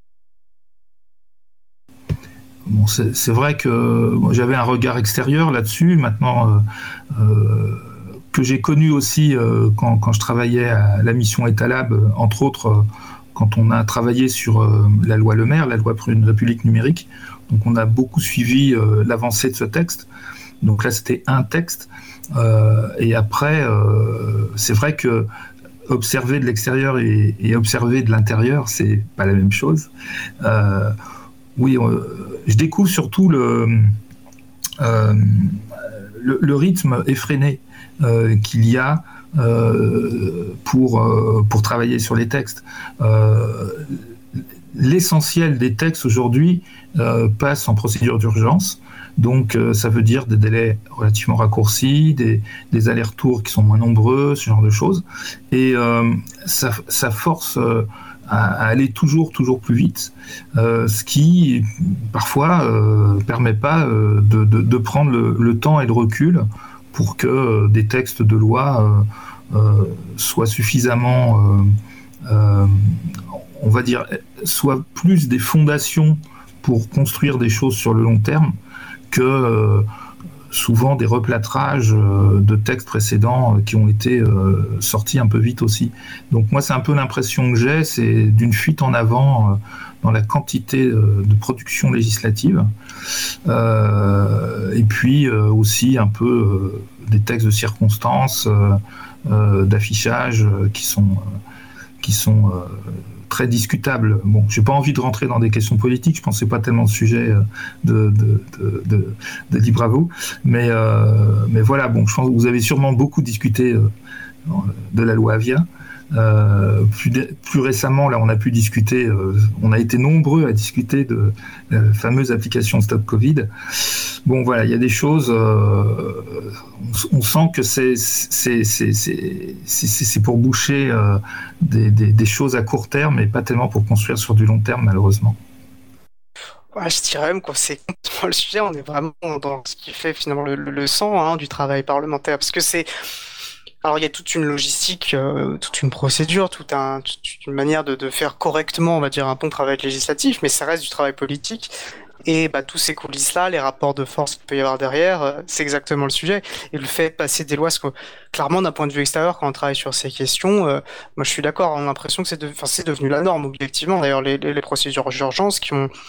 Bon, c'est, c'est vrai que moi, j'avais un regard extérieur là-dessus, maintenant euh, euh, que j'ai connu aussi euh, quand, quand je travaillais à la mission Etalab, euh, entre autres euh, quand on a travaillé sur euh, la loi Le Maire, la loi pour une République numérique. Donc on a beaucoup suivi euh, l'avancée de ce texte. Donc là c'était un texte. Euh, et après, euh, c'est vrai que observer de l'extérieur et, et observer de l'intérieur, c'est pas la même chose. Euh, oui, euh, je découvre surtout le, euh, le, le rythme effréné euh, qu'il y a euh, pour, euh, pour travailler sur les textes. Euh, l'essentiel des textes aujourd'hui euh, passe en procédure d'urgence. Donc, euh, ça veut dire des délais relativement raccourcis, des, des allers-retours qui sont moins nombreux, ce genre de choses. Et euh, ça, ça force euh, à, à aller toujours, toujours plus vite, euh, ce qui, parfois, euh, permet pas euh, de, de, de prendre le, le temps et le recul pour que euh, des textes de loi euh, euh, soient suffisamment, euh, euh, on va dire, soient plus des fondations pour construire des choses sur le long terme, que euh, souvent des replâtrages euh, de textes précédents euh, qui ont été euh, sortis un peu vite aussi. Donc moi, c'est un peu l'impression que j'ai, c'est d'une fuite en avant euh, dans la quantité euh, de production législative, euh, et puis euh, aussi un peu euh, des textes de circonstances, euh, euh, d'affichage euh, qui sont, euh, qui sont euh, très discutable. Bon, j'ai pas envie de rentrer dans des questions politiques, je pense que c'est pas tellement le sujet de, de, de, de, de Libre à vous, mais, euh, mais voilà, bon, je pense que vous avez sûrement beaucoup discuté euh, de la loi Avia. Euh, plus, plus récemment, là, on a pu discuter, euh, on a été nombreux à discuter de la fameuse application Stop Covid. Bon, voilà, il y a des choses, euh, on, on sent que c'est, c'est, c'est, c'est, c'est, c'est pour boucher euh, des, des, des choses à court terme et pas tellement pour construire sur du long terme, malheureusement. Ouais, je dirais même que c'est complètement le sujet, on est vraiment dans ce qui fait finalement le, le, le sang hein, du travail parlementaire, parce que c'est alors il y a toute une logistique, euh, toute une procédure, toute, un, toute une manière de, de faire correctement, on va dire, un bon travail législatif, mais ça reste du travail politique. Et bah, tous ces coulisses-là, les rapports de force qu'il peut y avoir derrière, euh, c'est exactement le sujet. Et le fait de passer des lois, parce que clairement, d'un point de vue extérieur, quand on travaille sur ces questions, euh, moi je suis d'accord, on a l'impression que c'est, de, c'est devenu la norme, objectivement. D'ailleurs, les, les, les procédures d'urgence qui ont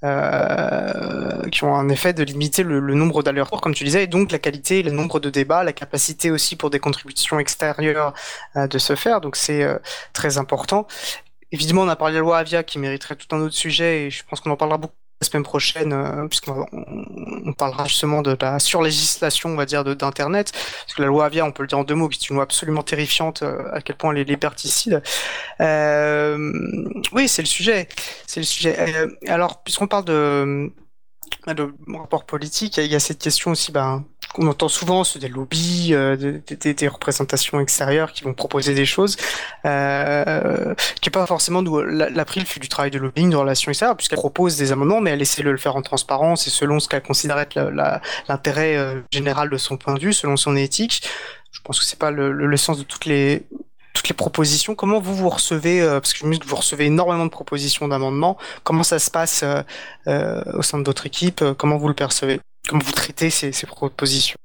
Euh, qui ont un effet de limiter le, le nombre d'allers-retours, comme tu disais, et donc la qualité, le nombre de débats, la capacité aussi pour des contributions extérieures euh, de se faire, donc c'est euh, très important. Évidemment, on a parlé de la loi Avia qui mériterait tout un autre sujet, et je pense qu'on en parlera beaucoup la semaine prochaine, euh, puisqu'on on parlera justement de la surlégislation, on va dire, de, d'Internet, parce que la loi Avia, on peut le dire en deux mots, qui est une loi absolument terrifiante, euh, à quel point elle est liberticide. Euh, oui, c'est le sujet, c'est le sujet. Euh, alors, puisqu'on parle de, de rapport politique, il y a cette question aussi, ben, qu'on entend souvent, c'est des lobbies, euh, des, des, des représentations extérieures qui vont proposer des choses, euh, qui est pas forcément d'où l'April fait du travail de lobbying, de relations extérieures, puisqu'elle propose des amendements, mais elle essaie de le faire en transparence et selon ce qu'elle considère être la, la, l'intérêt euh, général de son point de vue, selon son éthique. Je pense que c'est pas le, le, le sens de toutes les toutes les propositions. Comment vous vous recevez, euh, parce que je me dis que vous recevez énormément de propositions d'amendements, comment ça se passe euh, euh, au sein de votre équipe, euh, comment vous le percevez? Comment vous traitez ces, ces propositions?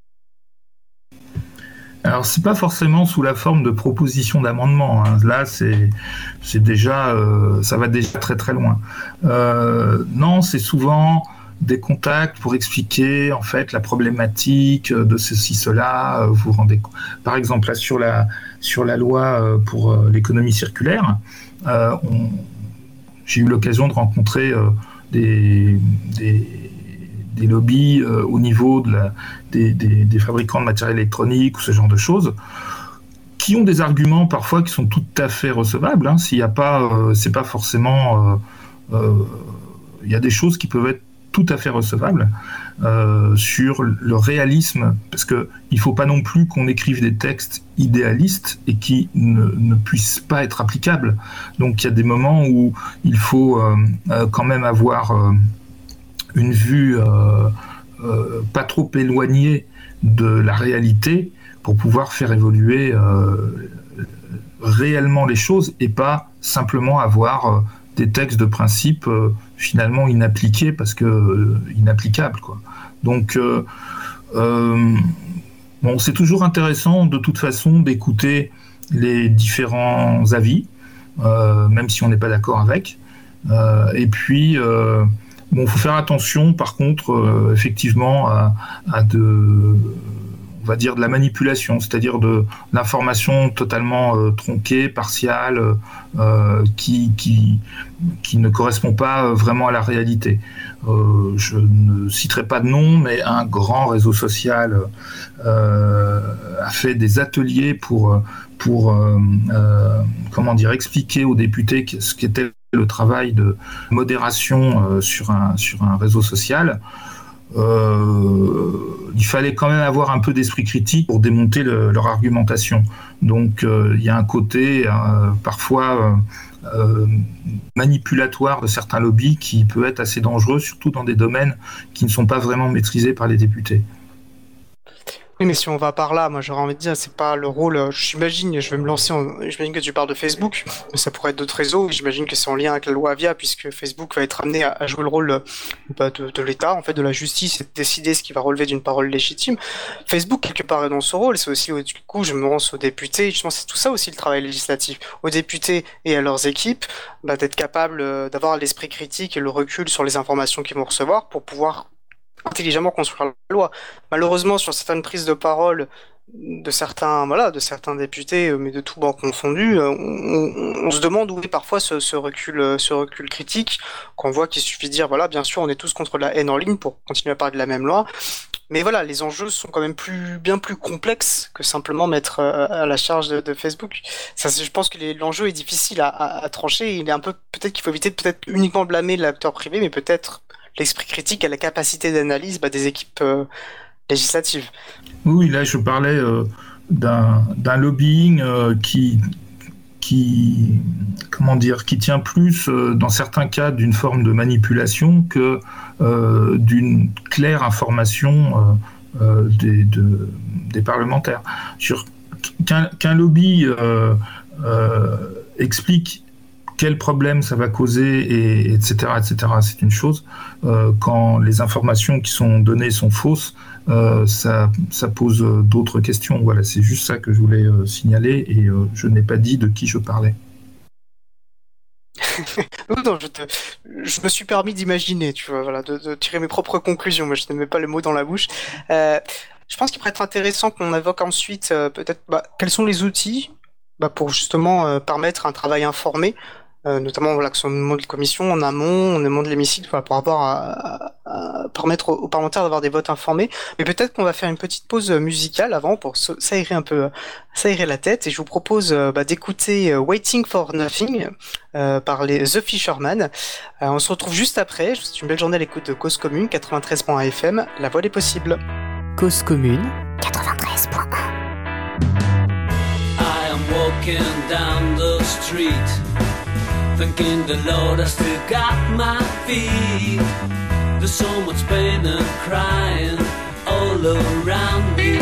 Alors, c'est pas forcément sous la forme de propositions d'amendements. Hein. Là, c'est, c'est déjà, euh, ça va déjà très très loin. Euh, non, c'est souvent des contacts pour expliquer en fait la problématique de ceci, cela. Vous rendez, par exemple, là sur la sur la loi pour l'économie circulaire, euh, on, j'ai eu l'occasion de rencontrer euh, des, des des lobbies euh, au niveau de la, des, des, des fabricants de matériel électronique ou ce genre de choses, qui ont des arguments parfois qui sont tout à fait recevables. Hein. S'il y a pas, euh, c'est pas forcément, il euh, euh, y a des choses qui peuvent être tout à fait recevables euh, sur le réalisme, parce que il faut pas non plus qu'on écrive des textes idéalistes et qui ne, ne puissent pas être applicables. Donc il y a des moments où il faut euh, euh, quand même avoir euh, une vue euh, euh, pas trop éloignée de la réalité pour pouvoir faire évoluer euh, réellement les choses et pas simplement avoir euh, des textes de principe euh, finalement inappliqués parce que euh, inapplicables, quoi. Donc euh, euh, bon, c'est toujours intéressant de toute façon d'écouter les différents avis, euh, même si on n'est pas d'accord avec. Euh, et puis euh, bon, il faut faire attention, par contre, euh, effectivement, à, à de, on va dire de la manipulation, c'est-à-dire de l'information totalement euh, tronquée, partiale, euh, qui, qui, qui ne correspond pas vraiment à la réalité. Euh, je ne citerai pas de nom, mais un grand réseau social euh, a fait des ateliers pour, pour euh, euh, comment dire, expliquer aux députés ce qu'était le travail de modération euh, sur un sur un réseau social. Euh, il fallait quand même avoir un peu d'esprit critique pour démonter le, leur argumentation. Donc euh, il y a un côté euh, parfois euh, euh, manipulatoire de certains lobbies qui peut être assez dangereux, surtout dans des domaines qui ne sont pas vraiment maîtrisés par les députés. Oui, mais si on va par là, moi j'aurais envie de dire, c'est pas le rôle. euh, J'imagine, je vais me lancer. En... J'imagine que tu parles de Facebook, mais ça pourrait être d'autres réseaux. J'imagine que c'est en lien avec la loi Avia, puisque Facebook va être amené à, à jouer le rôle euh, bah, de, de l'État, en fait, de la justice, et de décider ce qui va relever d'une parole légitime. Facebook, quelque part, est dans ce rôle. C'est aussi, du coup, je me rends aux députés. Justement, c'est tout ça aussi le travail législatif. Aux députés et à leurs équipes, bah, d'être capable euh, d'avoir l'esprit critique et le recul sur les informations qu'ils vont recevoir pour pouvoir intelligemment construire la loi. Malheureusement, sur certaines prises de parole de certains, voilà, de certains députés, mais de tous bancs confondus, on, on, on se demande où est parfois ce, ce recul, ce recul critique, qu'on voit qu'il suffit de dire, voilà, bien sûr, on est tous contre la haine en ligne pour continuer à parler de la même loi. Mais voilà, les enjeux sont quand même plus, bien plus complexes que simplement mettre à la charge de, de Facebook. Ça, je pense que les, l'enjeu est difficile à, à, à trancher. Il est un peu, peut-être qu'il faut éviter de peut-être uniquement blâmer l'acteur privé, mais peut-être l'esprit critique et la capacité d'analyse bah, des équipes euh, législatives. Oui, là je parlais euh, d'un, d'un lobbying euh, qui, qui, comment dire, qui tient plus euh, dans certains cas d'une forme de manipulation que euh, d'une claire information euh, euh, des, de, des parlementaires. Sur, qu'un, qu'un lobby euh, euh, explique quel problème ça va causer, et, et cetera, et cetera, c'est une chose. Euh, quand les informations qui sont données sont fausses, euh, ça, ça pose d'autres questions. Voilà, c'est juste ça que je voulais euh, signaler, et euh, je n'ai pas dit de qui je parlais. non, je, te, je me suis permis d'imaginer, tu vois, voilà, de, de tirer mes propres conclusions. Moi, je ne mets pas les mots dans la bouche. Euh, je pense qu'il pourrait être intéressant qu'on évoque ensuite euh, peut-être bah, quels sont les outils bah, pour justement euh, permettre un travail informé. Euh, notamment voilà, que ce soit au moment de la commission, en amont, en amont de l'hémicycle, voilà, pour rapport à, à, à permettre aux, aux parlementaires d'avoir des votes informés. Mais peut-être qu'on va faire une petite pause musicale avant pour s'aérer un peu, s'aérer la tête. Et je vous propose euh, bah, d'écouter euh, Waiting for Nothing euh, par les The Fisherman. Euh, on se retrouve juste après. Je vous souhaite une belle journée à l'écoute de Cause Commune, quatre-vingt-treize point un F M. La voix des possibles. Cause Commune, quatre-vingt-treize point un. I am walking down the street, thinking the Lord, I still got my feet. There's so much pain and crying all around me,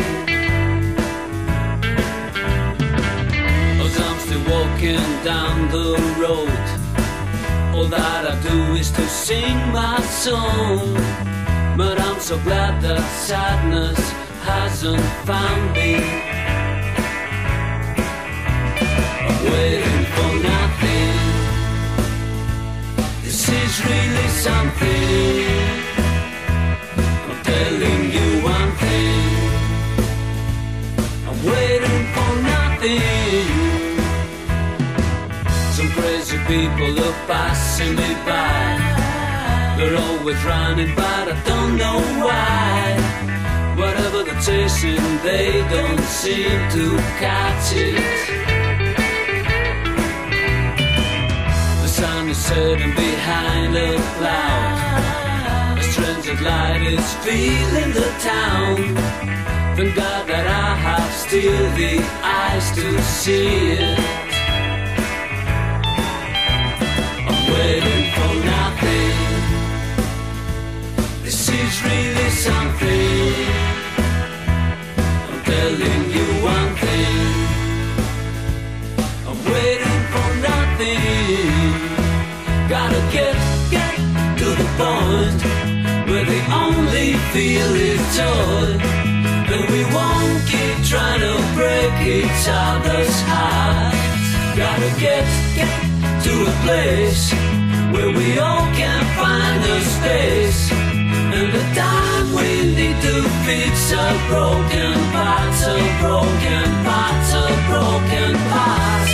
as I'm still walking down the road. All that I do is to sing my song, but I'm so glad that sadness hasn't found me. I'm waiting for nothing. This is really something. I'm telling you one thing. I'm waiting for nothing. Some crazy people are passing me by. They're always running, but I don't know why. Whatever they're chasing, they don't seem to catch it. Sun is setting behind a cloud. A strange light is filling the town. Thank God that I have still the eyes to see it. I'm waiting for nothing. This is really something. I'm telling you one thing. I'm waiting for nothing. Gotta get, get to the point where the only feel is joy. And we won't keep trying to break each other's hearts. Gotta get, get to a place where we all can find a space. And the time we need to fix our broken parts, our broken parts, our broken parts.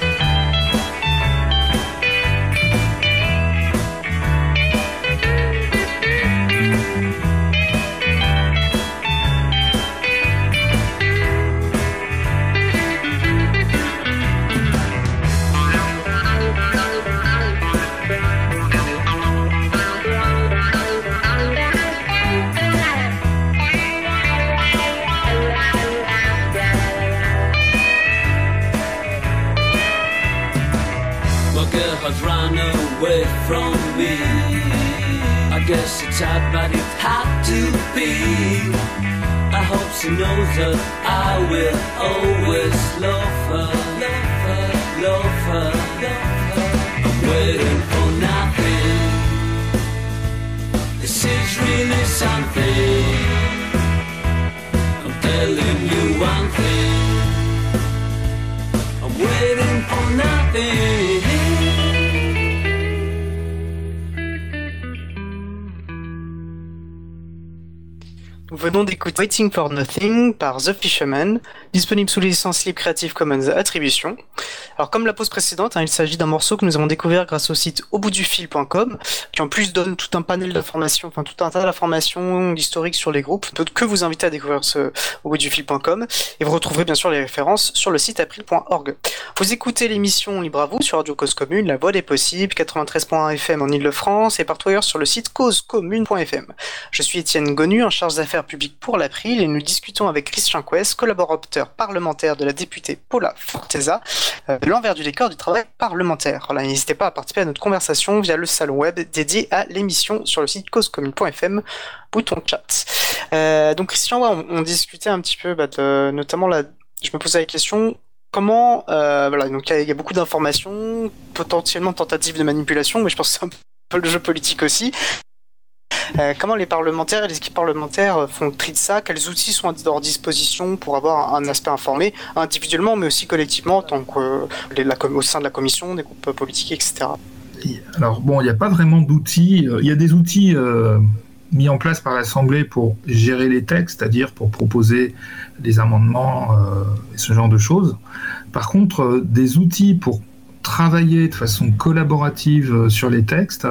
Has run away from me. I guess it's hard, but it had to be. I I hope she knows that I will always love her, love her, love her, love her. I'm waiting for nothing. This is really something. I'm telling you one thing. I'm waiting for nothing. Nous venons d'écouter Waiting for Nothing par The Fisherman, disponible sous licence libre Creative Commons Attribution. Alors comme la pause précédente, hein, il s'agit d'un morceau que nous avons découvert grâce au site au bout du fil point com, qui en plus donne tout un panel d'informations, enfin tout un tas d'informations historiques sur les groupes. Je ne peux que vous inviter à découvrir ce au bout du fil point com, et vous retrouverez bien sûr les références sur le site april point org. Vous écoutez l'émission Libre à vous sur Radio Cause Commune, la voix des possibles, quatre-vingt-treize point un F M en Ile-de-France et partout ailleurs sur le site cause commune point F M. Je suis Étienne Gonu, en charge d'affaires publiques pour l'April, et nous discutons avec Christian Quest, collaborateur parlementaire de la députée Paula Forteza, euh, de l'envers du décor du travail parlementaire. Voilà, n'hésitez pas à participer à notre conversation via le salon web dédié à l'émission sur le site cause commune point F M, bouton chat. Euh, donc Christian, ouais, on, on discutait un petit peu, bah, de, notamment là, je me posais la question. Comment, euh, voilà, donc il y, y a beaucoup d'informations, potentiellement tentatives de manipulation, mais je pense que c'est un peu le jeu politique aussi. Euh, comment les parlementaires et les équipes parlementaires font le tri de ça? Quels outils sont à leur disposition pour avoir un aspect informé, individuellement, mais aussi collectivement, en tant que, euh, les, la, au sein de la commission, des groupes politiques, et cetera. Alors bon, il n'y a pas vraiment d'outils. Il y a des outils euh, mis en place par l'Assemblée pour gérer les textes, c'est-à-dire pour proposer des amendements euh, et ce genre de choses. Par contre, euh, des outils pour travailler de façon collaborative sur les textes,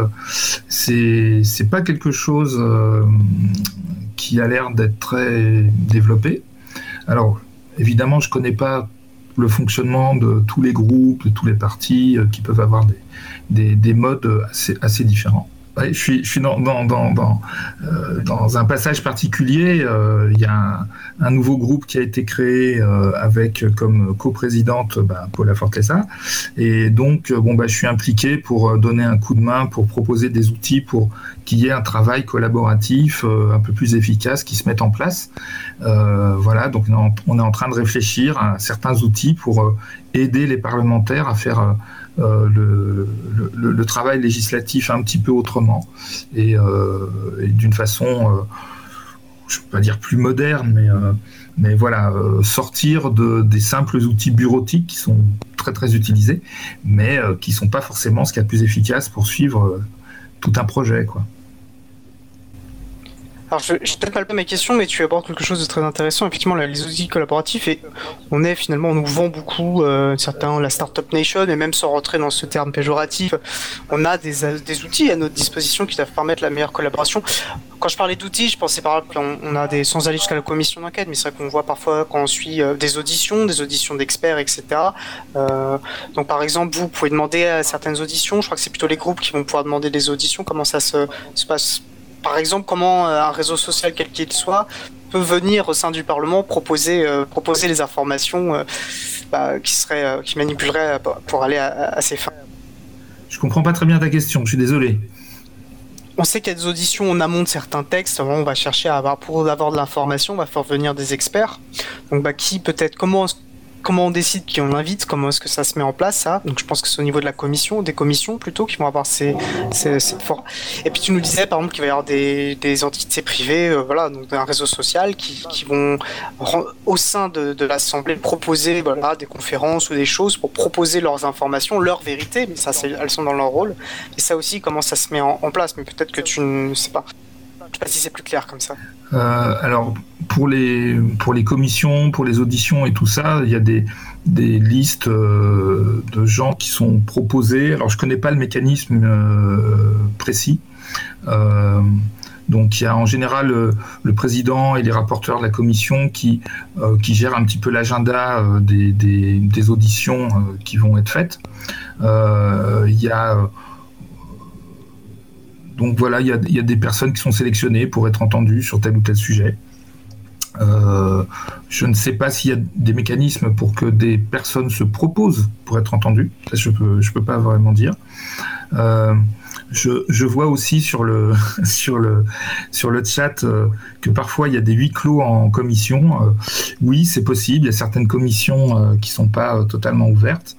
c'est c'est pas quelque chose euh, qui a l'air d'être très développé. Alors évidemment, je connais pas le fonctionnement de tous les groupes, de tous les partis euh, qui peuvent avoir des des, des modes assez assez différents. Ouais, je suis, je suis dans, dans, dans, dans, euh, dans un passage particulier. Il euh, y a un, un nouveau groupe qui a été créé euh, avec comme coprésidente bah, Paula Forteza. Et donc, bon, bah, je suis impliqué pour donner un coup de main, pour proposer des outils pour qu'il y ait un travail collaboratif euh, un peu plus efficace qui se mette en place. Euh, voilà, donc on est, en, on est en train de réfléchir à certains outils pour euh, aider les parlementaires à faire euh, Euh, le, le, le travail législatif un petit peu autrement et, euh, et d'une façon, euh, je ne peux pas dire plus moderne, mais, euh, mais voilà, euh, sortir de, des simples outils bureautiques qui sont très très utilisés, mais euh, qui ne sont pas forcément ce qu'il y a de plus efficace pour suivre euh, tout un projet, quoi. Alors, je, je peut-être mal pas mes questions, mais tu abordes quelque chose de très intéressant. Effectivement, là, les outils collaboratifs, et on est finalement, on nous vend beaucoup, euh, certains, la Startup Nation, et même sans rentrer dans ce terme péjoratif, on a des, des outils à notre disposition qui doivent permettre la meilleure collaboration. Quand je parlais d'outils, je pensais par exemple qu'on on a des, sans aller jusqu'à la commission d'enquête, mais c'est vrai qu'on voit parfois quand on suit euh, des auditions, des auditions d'experts, et cetera. Euh, donc par exemple, vous pouvez demander à certaines auditions, je crois que c'est plutôt les groupes qui vont pouvoir demander des auditions, comment ça se, se passe. Par exemple, comment un réseau social, quel qu'il soit, peut venir au sein du Parlement proposer, euh, proposer les informations euh, bah, qui, seraient, euh, qui manipuleraient pour aller à, à ces fins. Je comprends pas très bien ta question, je suis désolé. On sait qu'il y a des auditions en amont de certains textes. On va chercher à avoir, pour avoir de l'information, on va faire venir des experts. Donc, bah, qui peut-être, comment Comment on décide qui on invite, comment est-ce que ça se met en place, ça? Donc je pense que c'est au niveau de la commission, des commissions plutôt, qui vont avoir ces, ces, ces forums. Et puis tu nous disais par exemple qu'il va y avoir des, des entités privées, euh, voilà, donc un réseau social qui, qui vont au sein de, de l'Assemblée proposer voilà, des conférences ou des choses pour proposer leurs informations, leurs vérités, mais ça c'est, elles sont dans leur rôle. Et ça aussi, comment ça se met en, en place, mais peut-être que tu ne sais pas. Je sais pas si c'est plus clair comme ça. Euh, alors, pour les, pour les commissions, pour les auditions et tout ça, il y a des, des listes euh, de gens qui sont proposés. Alors, je ne connais pas le mécanisme euh, précis. Euh, donc, il y a en général le, le président et les rapporteurs de la commission qui, euh, qui gèrent un petit peu l'agenda euh, des, des, des auditions euh, qui vont être faites. Euh, il y a... Donc voilà, il y a, y a des personnes qui sont sélectionnées pour être entendues sur tel ou tel sujet. Euh, je ne sais pas s'il y a des mécanismes pour que des personnes se proposent pour être entendues. Ça, je peux, je peux pas vraiment dire. Euh, Je, je vois aussi sur le, sur le, sur le chat euh, que parfois il y a des huis clos en commission. Euh, oui, c'est possible. Il y a certaines commissions euh, qui sont pas euh, totalement ouvertes.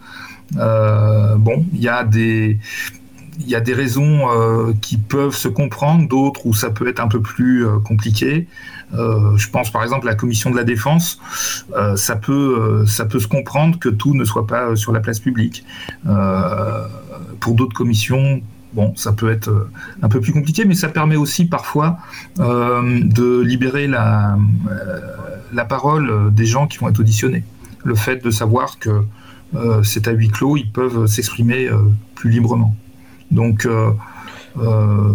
Euh, bon, il y a des, il y a des raisons euh, qui peuvent se comprendre, d'autres où ça peut être un peu plus euh, compliqué. Euh, je pense par exemple à la commission de la défense. Euh, ça peut, euh, ça peut se comprendre que tout ne soit pas euh, sur la place publique. Euh, pour d'autres commissions. Bon, ça peut être un peu plus compliqué, mais ça permet aussi parfois euh, de libérer la, euh, la parole des gens qui vont être auditionnés. Le fait de savoir que euh, c'est à huis clos, ils peuvent s'exprimer euh, plus librement. Donc, euh, euh,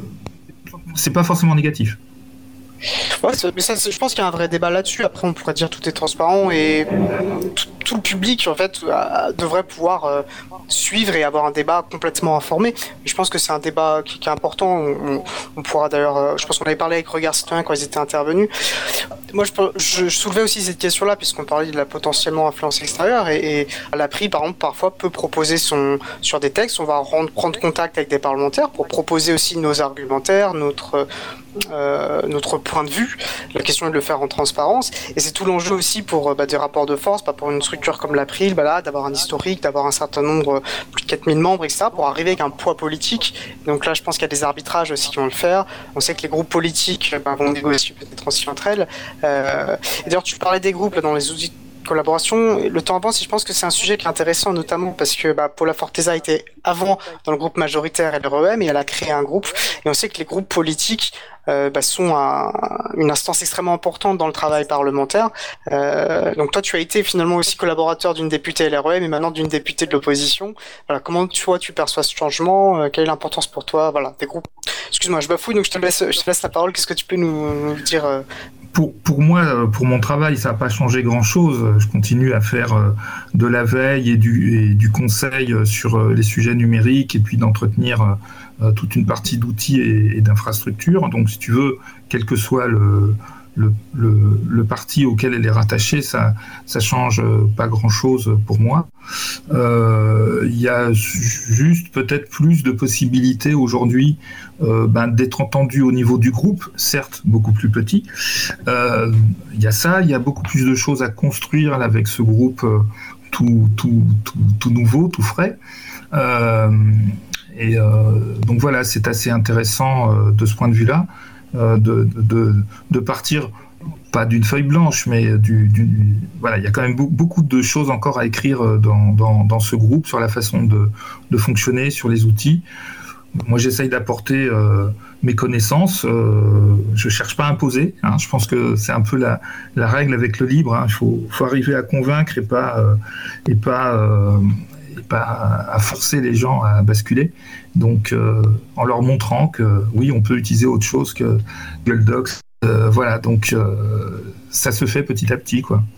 c'est pas forcément négatif. Ouais, mais ça, je pense qu'il y a un vrai débat là-dessus. Après, on pourrait dire tout est transparent et tout, tout le public, en fait, euh, devrait pouvoir euh, suivre et avoir un débat complètement informé. Et je pense que c'est un débat qui, qui est important. On, on pourra d'ailleurs, euh, je pense qu'on avait parlé avec Regard Citoyen quand ils étaient intervenus. Moi, je, je, je soulevais aussi cette question-là puisqu'on parlait de la potentiellement influence extérieure et, et l'April, par exemple, parfois peut proposer son sur des textes. On va rendre, prendre contact avec des parlementaires pour proposer aussi nos argumentaires, notre euh, notre point de vue. La question est de le faire en transparence et c'est tout l'enjeu aussi pour bah, des rapports de force, pas pour une structure comme l'April, bah, là, d'avoir un historique, d'avoir un certain nombre, plus de quatre mille membres, et cetera, pour arriver avec un poids politique. Donc là, je pense qu'il y a des arbitrages aussi qui vont le faire. On sait que les groupes politiques bah, vont négocier peut-être aussi entre elles. Euh, et d'ailleurs, tu parlais des groupes là, dans les outils de collaboration. Le temps avance et je pense que c'est un sujet qui est intéressant, notamment parce que bah, Paula Forteza était avant dans le groupe majoritaire L R E M et elle a créé un groupe. Et on sait que les groupes politiques Euh, bah, sont un, une instance extrêmement importante dans le travail parlementaire. Euh, donc toi, tu as été finalement aussi collaborateur d'une députée L R E M et maintenant d'une députée de l'opposition. Voilà, comment toi tu perçois ce changement euh, Quelle est l'importance pour toi, voilà, des groupes. Excuse-moi, je bafouille, donc je te laisse, je te laisse la parole. Qu'est-ce que tu peux nous, nous dire euh... Pour, pour moi, pour mon travail, ça n'a pas changé grand-chose. Je continue à faire de la veille et du, et du conseil sur les sujets numériques et puis d'entretenir toute une partie d'outils et, et d'infrastructures. Donc, si tu veux, quel que soit le, le, le, le parti auquel elle est rattachée, ça ça change pas grand-chose pour moi. Euh, il y a juste peut-être plus de possibilités aujourd'hui euh, ben, d'être entendu au niveau du groupe, certes beaucoup plus petit. Euh, il y a ça, il y a beaucoup plus de choses à construire là, avec ce groupe euh, tout, tout, tout, tout nouveau, tout frais. Euh, et euh, donc voilà, c'est assez intéressant euh, de ce point de vue-là, euh, de, de, de partir pas d'une feuille blanche, mais du, du, voilà, il y a quand même beaucoup de choses encore à écrire dans, dans, dans ce groupe sur la façon de, de fonctionner, sur les outils. Moi, j'essaye d'apporter euh, mes connaissances. Euh, je cherche pas à imposer. Hein, je pense que c'est un peu la, la règle avec le libre. Hein. Il faut, faut arriver à convaincre et pas euh, et pas euh, et pas à forcer les gens à basculer. Donc, euh, en leur montrant que oui, on peut utiliser autre chose que Google Docs. Euh, voilà, donc euh, ça se fait petit à petit, quoi.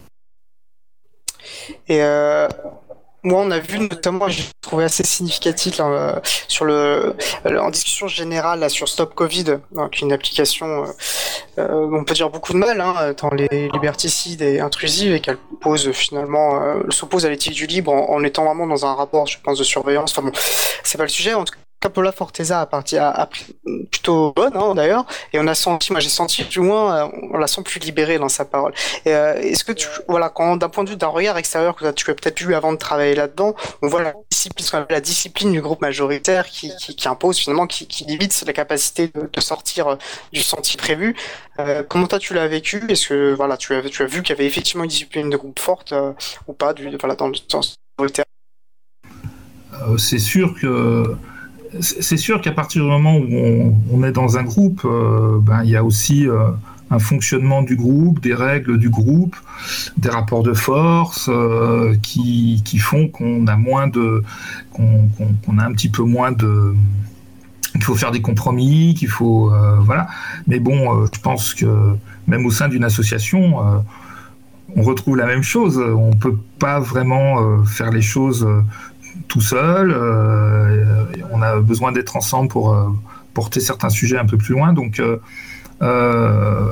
Et euh, moi, on a vu notamment, j'ai trouvé assez significatif là, euh, sur le, euh, en discussion générale là, sur Stop Covid, donc une application, euh, euh, on peut dire beaucoup de mal, hein, dans les liberticides et intrusives, et qu'elle pose finalement, euh, s'oppose à l'éthique du libre en, en étant vraiment dans un rapport, je pense, de surveillance. Enfin bon, c'est pas le sujet. En tout cas, Paula Forteza a parti a, a plutôt bonne hein, d'ailleurs, et on a senti, moi j'ai senti du moins, on la sent plus libérée dans sa parole. Et, euh, est-ce que tu, voilà, quand d'un point de vue d'un regard extérieur que tu as peut-être eu avant de travailler là-dedans, on voit la discipline, ce qu'on appelle la discipline du groupe majoritaire qui, qui, qui impose finalement, qui, qui limite la capacité de, de sortir du sentier prévu. Euh, comment toi tu l'as vécu? Est-ce que voilà, tu as, tu as vu qu'il y avait effectivement une discipline de groupe forte euh, ou pas, du, voilà, dans le sens majoritaire? Euh, c'est sûr que C'est sûr qu'à partir du moment où on, on est dans un groupe, euh, ben, il y a aussi euh, un fonctionnement du groupe, des règles du groupe, des rapports de force euh, qui, qui font qu'on a moins de, qu'on, qu'on, qu'on a un petit peu moins de, qu'il faut faire des compromis, qu'il faut, euh, voilà. Mais bon, euh, je pense que même au sein d'une association, euh, on retrouve la même chose. On peut pas vraiment euh, faire les choses euh, tout seul, euh, on a besoin d'être ensemble pour euh, porter certains sujets un peu plus loin, donc euh, euh,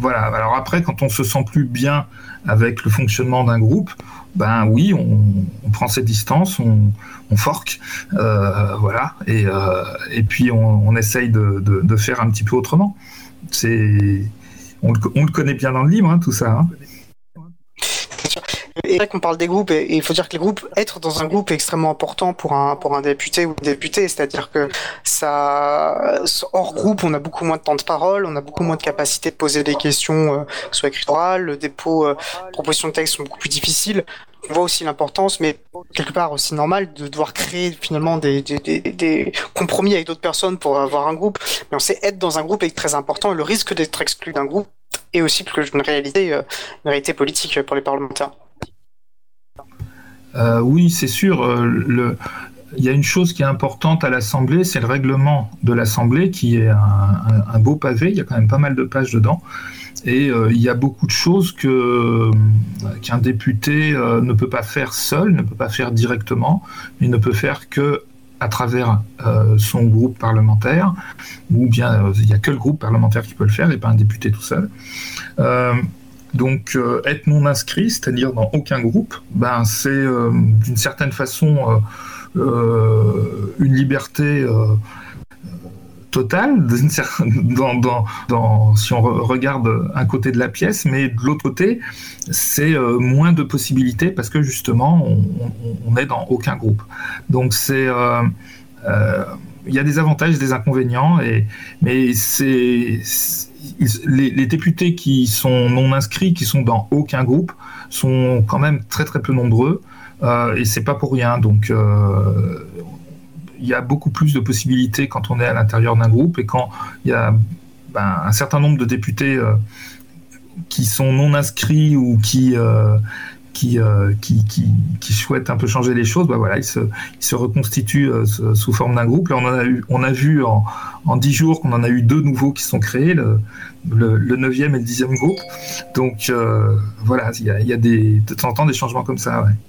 voilà. Alors après, quand on se sent plus bien avec le fonctionnement d'un groupe, ben oui, on, on prend ses distances, on, on forque, euh, voilà, et, euh, et puis on, on essaye de, de, de faire un petit peu autrement. C'est, on, le, on le connaît bien dans le livre, hein, tout ça. Hein. Et c'est vrai qu'on parle des groupes, et il faut dire que les groupes, être dans un groupe est extrêmement important pour un, pour un député ou une députée, c'est-à-dire que ça, hors groupe, on a beaucoup moins de temps de parole, on a beaucoup moins de capacité de poser des questions, euh, que ce soit écrites orales, le dépôt, euh, propositions de texte sont beaucoup plus difficiles. On voit aussi l'importance, mais quelque part aussi normal, de devoir créer finalement des, des, des, des compromis avec d'autres personnes pour avoir un groupe. Mais on sait être dans un groupe est très important, et le risque d'être exclu d'un groupe est aussi plus une réalité, euh, une réalité politique pour les parlementaires. Euh, oui, c'est sûr. Euh, le... Il y a une chose qui est importante à l'Assemblée, c'est le règlement de l'Assemblée, qui est un, un, un beau pavé. Il y a quand même pas mal de pages dedans. Et euh, il y a beaucoup de choses que, qu'un député euh, ne peut pas faire seul, ne peut pas faire directement, mais ne peut faire que à travers euh, son groupe parlementaire, ou bien euh, il n'y a que le groupe parlementaire qui peut le faire, et pas un député tout seul. Euh, Donc, euh, être non inscrit, c'est-à-dire dans aucun groupe, ben, c'est euh, d'une certaine façon euh, euh, une liberté euh, totale, dans, dans, dans, si on re- regarde un côté de la pièce, mais de l'autre côté, c'est euh, moins de possibilités parce que justement, on, on, on est dans aucun groupe. Donc, c'est... Euh, euh, il y a des avantages et des inconvénients, et, mais c'est... c'est Les, les députés qui sont non inscrits, qui sont dans aucun groupe, sont quand même très très peu nombreux, euh, et c'est pas pour rien. Donc euh, il y a beaucoup plus de possibilités quand on est à l'intérieur d'un groupe, et quand il y a ben, un certain nombre de députés euh, qui sont non inscrits ou qui euh, Qui, euh, qui, qui, qui souhaitent un peu changer les choses, bah voilà, ils se, ils se reconstituent euh, sous forme d'un groupe. Là, on, en a, eu, on a vu en, en dix jours qu'on en a eu deux nouveaux qui sont créés, le, le, le neuvième et le dixième groupe. Donc euh, voilà, il y a, y a des, de temps en temps des changements comme ça. Ouais.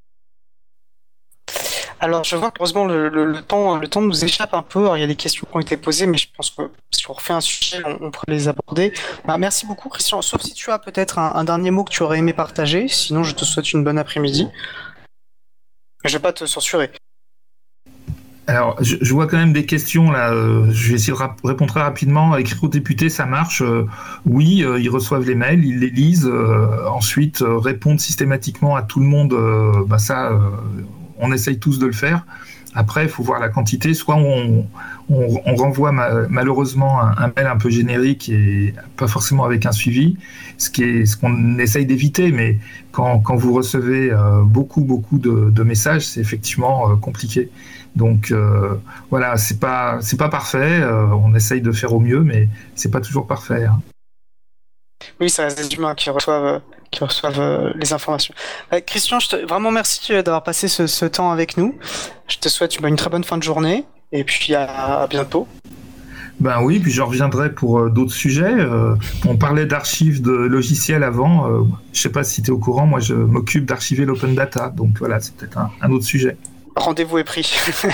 Alors, je vois que heureusement le, le, le, temps, le temps nous échappe un peu. Alors, il y a des questions qui ont été posées, mais je pense que si on refait un sujet, on, on pourrait les aborder. Bah, merci beaucoup, Christian. Sauf si tu as peut-être un, un dernier mot que tu aurais aimé partager. Sinon, je te souhaite une bonne après-midi. Je ne vais pas te censurer. Alors, je, je vois quand même des questions là. Euh, je vais essayer de rap- répondre très rapidement. Écrire aux députés, ça marche. Euh, oui, euh, ils reçoivent les mails, ils les lisent. Euh, ensuite, euh, répondre systématiquement à tout le monde, euh, bah ça, euh, on essaye tous de le faire. Après, il faut voir la quantité. Soit on, on, on renvoie ma, malheureusement un, un mail un peu générique et pas forcément avec un suivi, ce, qui est, ce qu'on essaye d'éviter. Mais quand, quand vous recevez euh, beaucoup, beaucoup de, de messages, c'est effectivement euh, compliqué. Donc euh, voilà, c'est pas, c'est pas parfait. Euh, on essaye de faire au mieux, mais c'est pas toujours parfait. Hein. Oui, ça reste des humains qui reçoivent, qui reçoivent euh, les informations. Euh, Christian, je te, vraiment merci d'avoir passé ce, ce temps avec nous. Je te souhaite une, une très bonne fin de journée, et puis à, à bientôt. Ben oui, puis je reviendrai pour euh, d'autres sujets. Euh, on parlait d'archives de logiciels avant. Euh, je sais pas si tu es au courant, moi je m'occupe d'archiver l'open data, donc voilà, c'est peut-être un, un autre sujet. Rendez-vous est pris.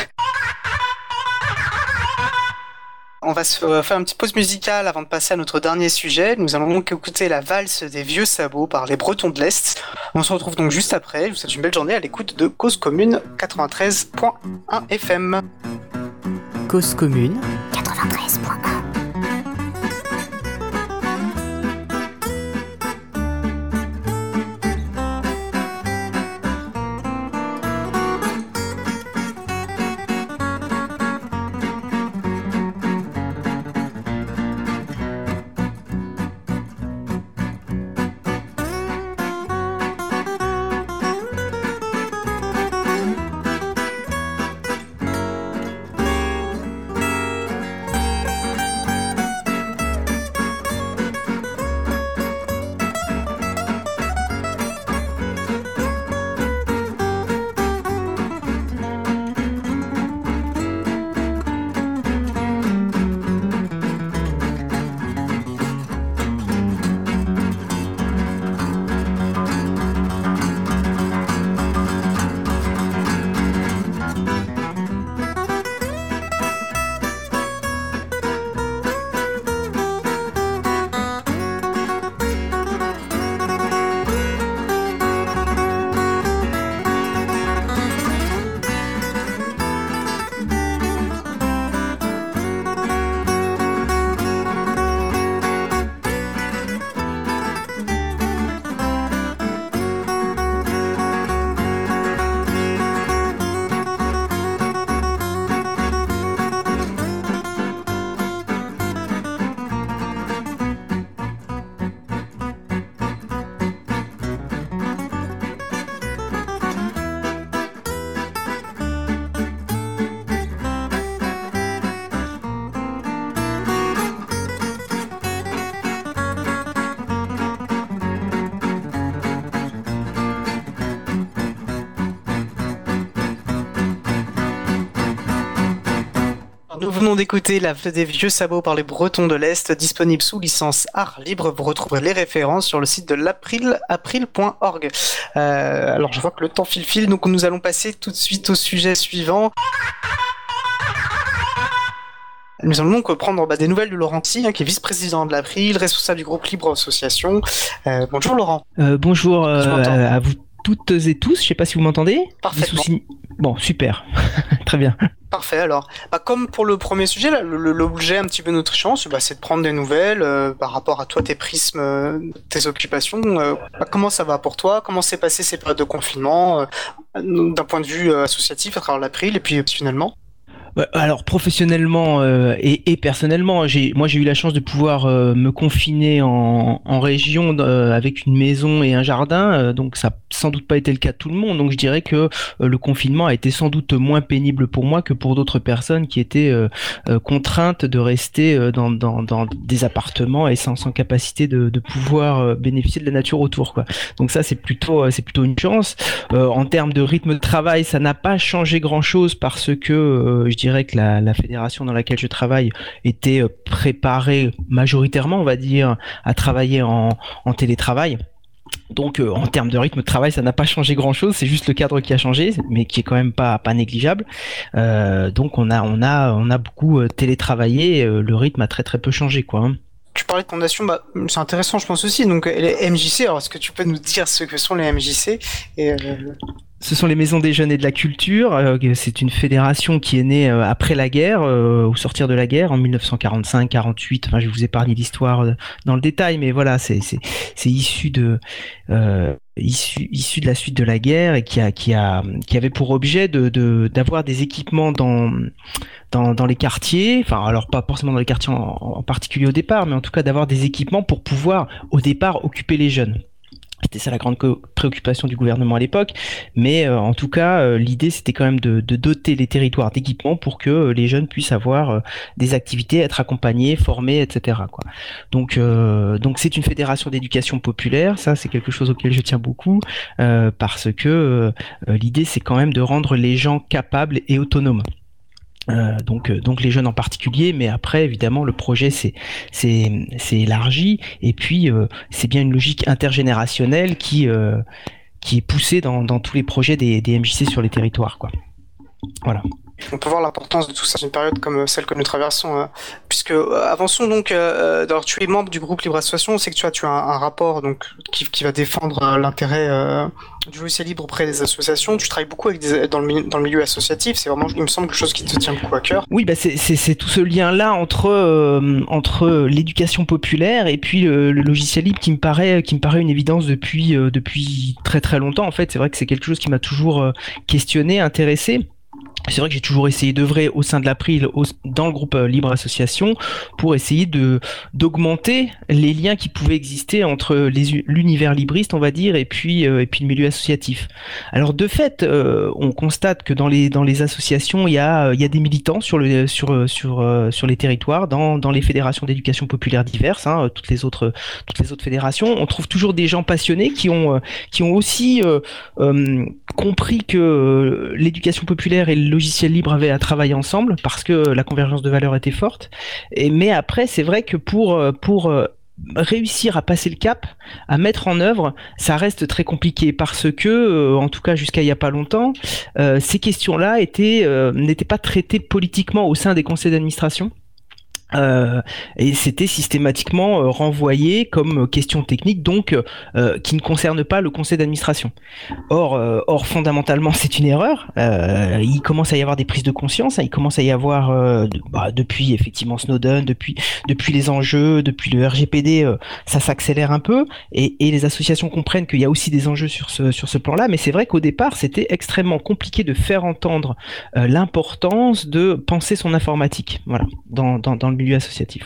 On va se faire une petite pause musicale avant de passer à notre dernier sujet. Nous allons donc écouter la valse des vieux sabots par les Bretons de l'Est. On se retrouve donc juste après. Je vous souhaite une belle journée à l'écoute de Cause Commune quatre-vingt-treize point un F M. Cause Commune quatre-vingt-treize point un. venons d'écouter La Fête des Vieux Sabots par les Bretons de l'Est, disponible sous licence art libre. Vous retrouverez les références sur le site de l'April, april point org. Euh, alors je vois que le temps file file, donc nous allons passer tout de suite au sujet suivant. Nous allons donc prendre bah, des nouvelles de Laurent Ty, hein, qui est vice-président de l'April, responsable du groupe Libre Association. Euh, bonjour Laurent. Euh, bonjour euh, à vous toutes et tous, je ne sais pas si vous m'entendez. Parfaitement. Soucis... Bon, super, très bien. Parfait, alors, bah, comme pour le premier sujet, là, le, l'objet un petit peu de notre échange, bah, c'est de prendre des nouvelles euh, par rapport à toi, tes prismes, euh, tes occupations. Euh, bah, comment ça va pour toi? Comment s'est passé ces périodes de confinement euh, d'un point de vue euh, associatif à travers l'April et puis euh, finalement? Alors professionnellement euh, et, et personnellement, j'ai, moi j'ai eu la chance de pouvoir euh, me confiner en, en région euh, avec une maison et un jardin, euh, donc ça n'a sans doute pas été le cas de tout le monde. Donc je dirais que euh, le confinement a été sans doute moins pénible pour moi que pour d'autres personnes qui étaient euh, euh, contraintes de rester euh, dans, dans, dans des appartements et sans, sans capacité de, de pouvoir euh, bénéficier de la nature autour, quoi. Donc ça c'est plutôt, c'est plutôt une chance. Euh, en termes de rythme de travail, ça n'a pas changé grand-chose parce que euh, je dirais que la, la fédération dans laquelle je travaille était préparée majoritairement, on va dire, à travailler en, en télétravail. Donc euh, en termes de rythme de travail, ça n'a pas changé grand-chose, c'est juste le cadre qui a changé, mais qui est quand même pas pas négligeable. Euh, donc on a on a on a beaucoup euh, télétravaillé, euh, le rythme a très très peu changé, quoi. Hein. Tu parlais de fondation, bah, c'est intéressant je pense aussi, donc les M J C, alors est-ce que tu peux nous dire ce que sont les M J C et euh... Ce sont les Maisons des Jeunes et de la Culture. Euh, c'est une fédération qui est née euh, après la guerre, euh, au sortir de la guerre, en dix-neuf cent quarante-cinq quarante-huit. Enfin, je vais vous épargner l'histoire euh, dans le détail, mais voilà, c'est, c'est, c'est issu de, euh, issu, issu de la suite de la guerre et qui a, qui a, qui avait pour objet de, de, d'avoir des équipements dans, dans, dans les quartiers. Enfin, alors pas forcément dans les quartiers en, en particulier au départ, mais en tout cas d'avoir des équipements pour pouvoir, au départ, occuper les jeunes. C'était ça la grande préoccupation du gouvernement à l'époque, mais euh, en tout cas, euh, l'idée c'était quand même de, de doter les territoires d'équipements pour que euh, les jeunes puissent avoir euh, des activités, être accompagnés, formés, et cetera, quoi. Donc, euh, donc c'est une fédération d'éducation populaire, ça c'est quelque chose auquel je tiens beaucoup, euh, parce que euh, l'idée c'est quand même de rendre les gens capables et autonomes. Euh, donc, donc les jeunes en particulier, mais après évidemment le projet c'est c'est c'est élargi et puis euh, c'est bien une logique intergénérationnelle qui euh, qui est poussée dans dans tous les projets des des M J C sur les territoires, quoi. Voilà. On peut voir l'importance de tout ça dans une période comme celle que nous traversons, euh, puisque euh, avançons donc. Euh, alors tu es membre du groupe Libre Association, on sait que tu as tu as un, un rapport donc qui qui va défendre euh, l'intérêt euh, du logiciel libre auprès des associations. Tu travailles beaucoup avec des, dans le milieu, dans le milieu associatif. C'est vraiment, il me semble, quelque chose qui te tient beaucoup à cœur. Oui, bah c'est c'est c'est tout ce lien là entre euh, entre l'éducation populaire et puis le, le logiciel libre qui me paraît qui me paraît une évidence depuis euh, depuis très très longtemps. En fait, c'est vrai que c'est quelque chose qui m'a toujours euh, questionné, intéressé. C'est vrai que j'ai toujours essayé d'œuvrer au sein de l'April, au, dans le groupe euh, Libre Association, pour essayer de d'augmenter les liens qui pouvaient exister entre les, l'univers libriste, on va dire, et puis euh, et puis le milieu associatif. Alors de fait, euh, on constate que dans les dans les associations, il y a il y a des militants sur le sur sur euh, sur les territoires, dans dans les fédérations d'éducation populaire diverses, hein, toutes les autres toutes les autres fédérations. On trouve toujours des gens passionnés qui ont euh, qui ont aussi euh, euh, compris que euh, l'éducation populaire et le logiciel libre avaient à travailler ensemble parce que la convergence de valeurs était forte. Et, mais après, c'est vrai que pour, pour réussir à passer le cap, à mettre en œuvre, ça reste très compliqué parce que, en tout cas jusqu'à il y a pas longtemps, euh, ces questions-là étaient, euh, n'étaient pas traitées politiquement au sein des conseils d'administration. Euh, et c'était systématiquement euh, renvoyé comme question technique, donc euh, qui ne concerne pas le conseil d'administration. Or, euh, or fondamentalement, c'est une erreur. Euh, il commence à y avoir des prises de conscience. Hein, il commence à y avoir euh, de, bah, depuis effectivement Snowden, depuis depuis les enjeux, depuis le R G P D, euh, ça s'accélère un peu, et, et les associations comprennent qu'il y a aussi des enjeux sur ce sur ce plan-là. Mais c'est vrai qu'au départ, c'était extrêmement compliqué de faire entendre euh, l'importance de penser son informatique. Voilà, dans dans dans le milieu associatif.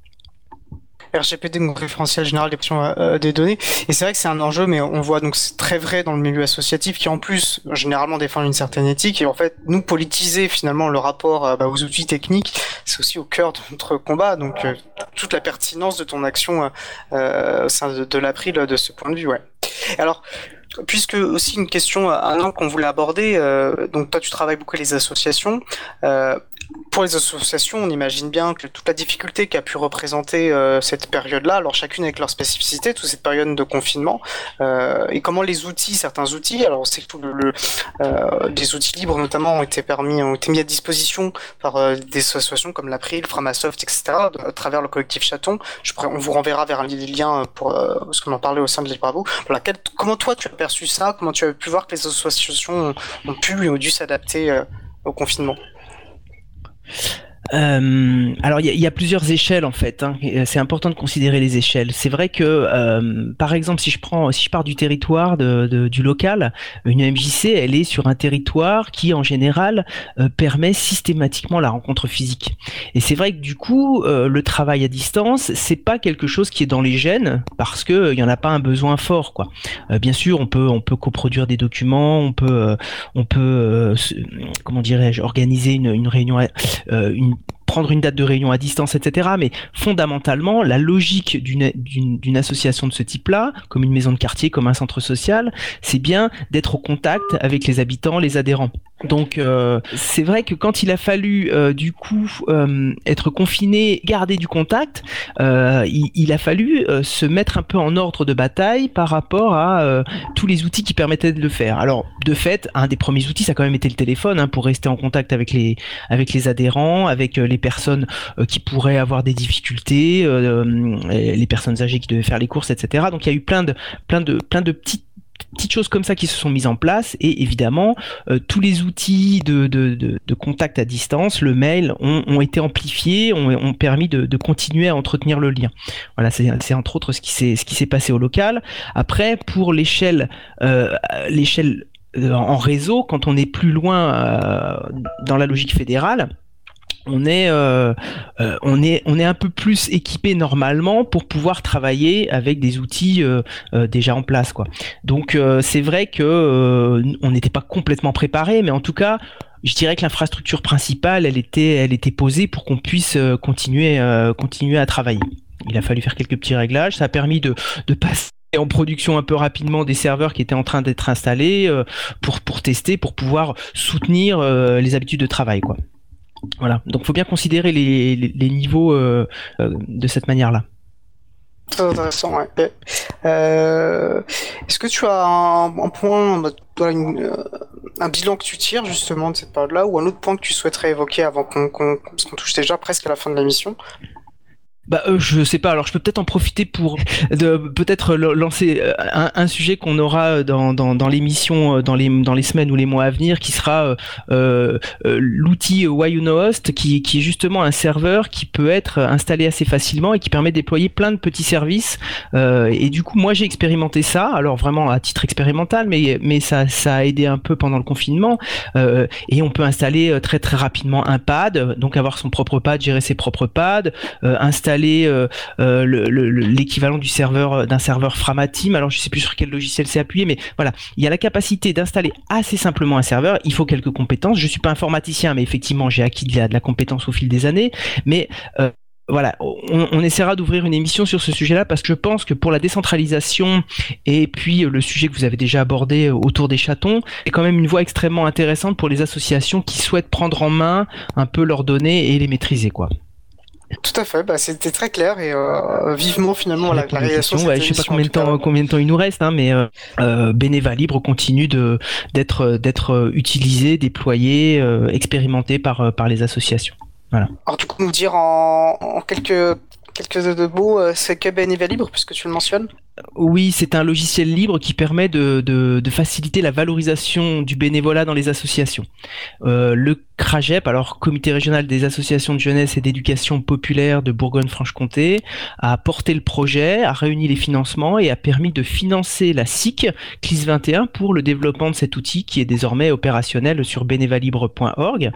R G P D, donc référentiel général des protection euh, des données, et c'est vrai que c'est un enjeu, mais on voit donc c'est très vrai dans le milieu associatif qui en plus généralement défend une certaine éthique, et en fait nous politiser finalement le rapport euh, bah, aux outils techniques, c'est aussi au cœur de notre combat, donc euh, toute la pertinence de ton action euh, au sein de, de l'April de ce point de vue, ouais. Alors puisque aussi une question, un an qu'on voulait aborder, euh, donc toi tu travailles beaucoup avec les associations, euh, pour les associations, on imagine bien que toute la difficulté qu'a pu représenter euh, cette période-là, alors chacune avec leur spécificité, toute cette période de confinement, euh, et comment les outils, certains outils, alors on sait que tout le, le, euh, des outils libres notamment ont été permis, ont été mis à disposition par euh, des associations comme l'April, Framasoft, et cetera, à travers le collectif Chaton. Je pourrais, on vous renverra vers les liens pour euh, ce qu'on en parlait au sein de Libre à vous. Voilà, quel, comment toi tu as perçu ça? Comment tu as pu voir que les associations ont, ont pu et ont dû s'adapter euh, au confinement? Euh, alors il y, y a plusieurs échelles en fait, hein. C'est important de considérer les échelles. C'est vrai que euh, par exemple si je prends, si je pars du territoire de, de, du local, une M J C elle est sur un territoire qui en général euh, permet systématiquement la rencontre physique. Et c'est vrai que du coup euh, le travail à distance c'est pas quelque chose qui est dans les gènes parce que il euh, y en a pas un besoin fort quoi. Euh, bien sûr on peut on peut coproduire des documents, on peut euh, on peut euh, comment dirais-je organiser une, une réunion, euh, une prendre une date de réunion à distance, et cetera. Mais fondamentalement, la logique d'une, d'une, d'une association de ce type-là, comme une maison de quartier, comme un centre social, c'est bien d'être au contact avec les habitants, les adhérents. Donc, euh, c'est vrai que quand il a fallu, euh, du coup, euh, être confiné, garder du contact, euh, il, il a fallu euh, se mettre un peu en ordre de bataille par rapport à euh, tous les outils qui permettaient de le faire. Alors, de fait, un des premiers outils, ça a quand même été le téléphone, hein, pour rester en contact avec les, avec les adhérents, avec euh, les personnes euh, qui pourraient avoir des difficultés, euh, les personnes âgées qui devaient faire les courses, et cetera. Donc il y a eu plein de, plein de, plein de petites petites choses comme ça qui se sont mises en place et évidemment euh, tous les outils de, de, de, de contact à distance, le mail, ont, ont été amplifiés, ont, ont permis de, de continuer à entretenir le lien. Voilà, c'est, c'est entre autres ce qui s'est, ce qui s'est passé au local. Après, pour l'échelle, euh, l'échelle euh, en réseau, quand on est plus loin euh, dans la logique fédérale, on est, euh, euh, on est, on est un peu plus équipé normalement pour pouvoir travailler avec des outils euh, euh, déjà en place, quoi. Donc euh, c'est vrai que euh, on n'était pas complètement préparé, mais en tout cas, je dirais que l'infrastructure principale, elle était, elle était posée pour qu'on puisse euh, continuer, euh, continuer à travailler. Il a fallu faire quelques petits réglages. Ça a permis de, de passer en production un peu rapidement des serveurs qui étaient en train d'être installés euh, pour pour tester, pour pouvoir soutenir euh, les habitudes de travail, quoi. Voilà, donc il faut bien considérer les, les, les niveaux euh, euh, de cette manière-là. Très intéressant, ouais. Euh, est-ce que tu as un, un point, une, euh, un bilan que tu tires justement de cette période-là, ou un autre point que tu souhaiterais évoquer avant qu'on, qu'on, parce qu'on touche déjà presque à la fin de l'émission? Bah, euh, je sais pas. Alors, je peux peut-être en profiter pour de peut-être lancer un, un sujet qu'on aura dans dans, dans l'émission dans les dans les semaines ou les mois à venir, qui sera euh, euh, l'outil WhyYouKnowHost, qui qui est justement un serveur qui peut être installé assez facilement et qui permet de déployer plein de petits services. Euh, et du coup, moi, j'ai expérimenté ça. Alors vraiment à titre expérimental, mais mais ça ça a aidé un peu pendant le confinement. Euh, et on peut installer très très rapidement un pad, donc avoir son propre pad, gérer ses propres pads, euh, installer Euh, euh, le, le, l'équivalent du serveur d'un serveur Framateam. Alors je sais plus sur quel logiciel c'est appuyé, mais voilà, il y a la capacité d'installer assez simplement un serveur. Il faut quelques compétences. Je suis pas informaticien, mais effectivement j'ai acquis de la, de la compétence au fil des années. Mais euh, voilà, on, on essaiera d'ouvrir une émission sur ce sujet-là parce que je pense que pour la décentralisation et puis le sujet que vous avez déjà abordé autour des chatons, c'est quand même une voie extrêmement intéressante pour les associations qui souhaitent prendre en main un peu leurs données et les maîtriser, quoi. Tout à fait, bah, c'était très clair et euh, vivement finalement la, la réalisation de cette ouais, je sais pas combien de temps, combien de temps il nous reste, hein, mais euh, euh, Beneva Libre continue de d'être d'être utilisé, déployé, euh, expérimenté par par les associations. Voilà. Alors du coup, nous dire en, en quelques quelques mots, c'est que Beneva Libre puisque tu le mentionnes. Oui, c'est un logiciel libre qui permet de, de, de faciliter la valorisation du bénévolat dans les associations. Euh, le CRAGEP, alors Comité régional des associations de jeunesse et d'éducation populaire de Bourgogne-Franche-Comté, a porté le projet, a réuni les financements et a permis de financer la S I C, C L I S vingt et un, pour le développement de cet outil qui est désormais opérationnel sur benevalibre point org.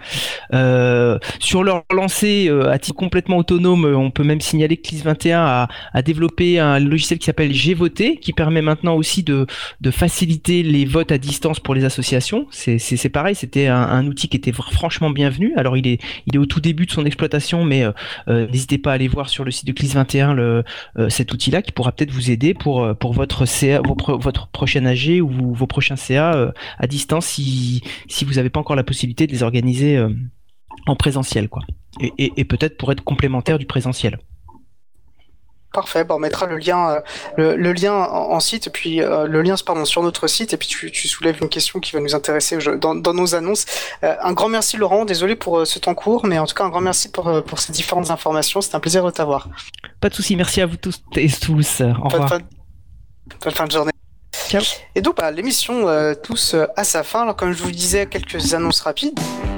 Euh, sur leur lancée euh, à titre complètement autonome, on peut même signaler que C L I S vingt et un a, a développé un logiciel qui s'appelle J'ai voté, qui permet maintenant aussi de, de faciliter les votes à distance pour les associations. C'est, c'est, c'est pareil, c'était un, un outil qui était franchement bienvenu. Alors il est, il est au tout début de son exploitation, mais euh, n'hésitez pas à aller voir sur le site de C L I S vingt et un le, euh, cet outil-là qui pourra peut-être vous aider pour, pour votre C A, vos, votre prochain A G ou vos prochains C A euh, à distance si, si vous n'avez pas encore la possibilité de les organiser euh, en présentiel, quoi. Et, et, et peut-être pour être complémentaire du présentiel. Parfait, bon, on mettra le lien, euh, le, le lien en, en site, et puis euh, le lien pardon, sur notre site, et puis tu, tu soulèves une question qui va nous intéresser dans, dans nos annonces. Euh, un grand merci Laurent, désolé pour euh, ce temps court, mais en tout cas un grand merci pour, euh, pour ces différentes informations, c'était un plaisir de t'avoir. Pas de souci, merci à vous tous et tous. Au revoir. Bonne fin, bonne fin de journée. Ciao. Et donc bah, l'émission euh, tous euh, à sa fin, alors comme je vous le disais, quelques annonces rapides.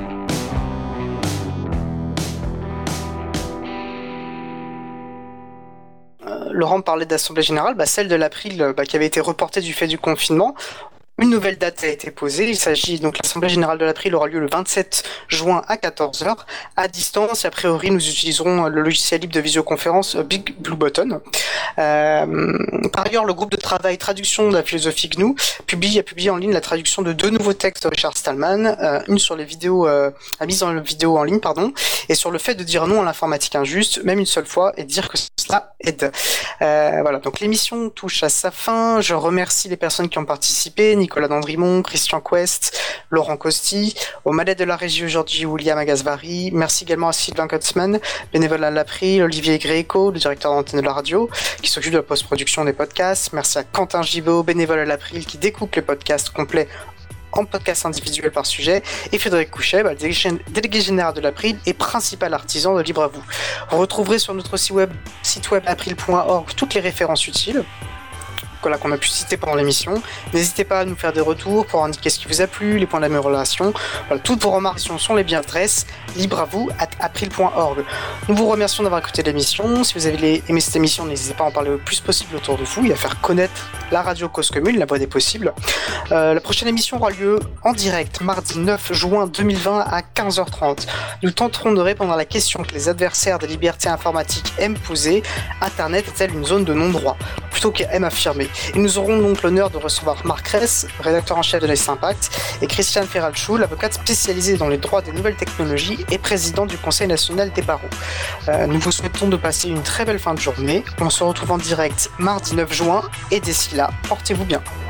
Laurent parlait d'Assemblée Générale, bah celle de l'April bah, qui avait été reportée du fait du confinement. Une nouvelle date a été posée. Il s'agit donc l'Assemblée Générale de l'April aura lieu le vingt-sept juin à quatorze heures à distance. Et a priori, nous utiliserons le logiciel libre de visioconférence Big Blue Button. Euh, par ailleurs, le groupe de travail Traduction de la philosophie G N U publie, a publié en ligne la traduction de deux nouveaux textes de Richard Stallman, euh, une sur les vidéos, euh, la mise en vidéo en ligne, pardon, et sur le fait de dire non à l'informatique injuste, même une seule fois, et dire que cela aide. Euh, voilà. Donc l'émission touche à sa fin. Je remercie les personnes qui ont participé. Nicolas Dandrimont, Christian Quest, Laurent Costi, aux manettes de la régie aujourd'hui William Agasvari. Merci également à Sylvain Kotzmann, bénévole à l'April, Olivier Gréco, le directeur d'antenne de la radio, qui s'occupe de la post-production des podcasts. Merci à Quentin Gibaud, bénévole à l'April, qui découpe les podcasts complets en podcasts individuels par sujet, et Frédéric Couchet, bah, le délégué général de l'April et principal artisan de Libre à vous. Vous retrouverez sur notre site web, site web april point org toutes les références utiles voilà, qu'on a pu citer pendant l'émission. N'hésitez pas à nous faire des retours pour indiquer ce qui vous a plu, les points d'amélioration. Voilà, toutes vos remarques sont les bienvenues. Libre à vous, at april point org. Nous vous remercions d'avoir écouté l'émission. Si vous avez aimé cette émission, n'hésitez pas à en parler le plus possible autour de vous et à faire connaître la radio Cause Commune, la voix des possibles. Euh, la prochaine émission aura lieu en direct, mardi neuf juin deux mille vingt à quinze heures trente. Nous tenterons de répondre à la question que les adversaires des libertés informatiques aiment poser. Internet est-elle une zone de non-droit, plutôt qu'aiment affirmer? Et nous aurons donc l'honneur de recevoir Marc Ress, rédacteur en chef de l'A S Impact, et Christiane Ferralchou, l'avocate spécialisée dans les droits des nouvelles technologies et président du Conseil national des barreaux. Euh, nous vous souhaitons de passer une très belle fin de journée. On se retrouve en direct mardi neuf juin, et d'ici là, portez-vous bien.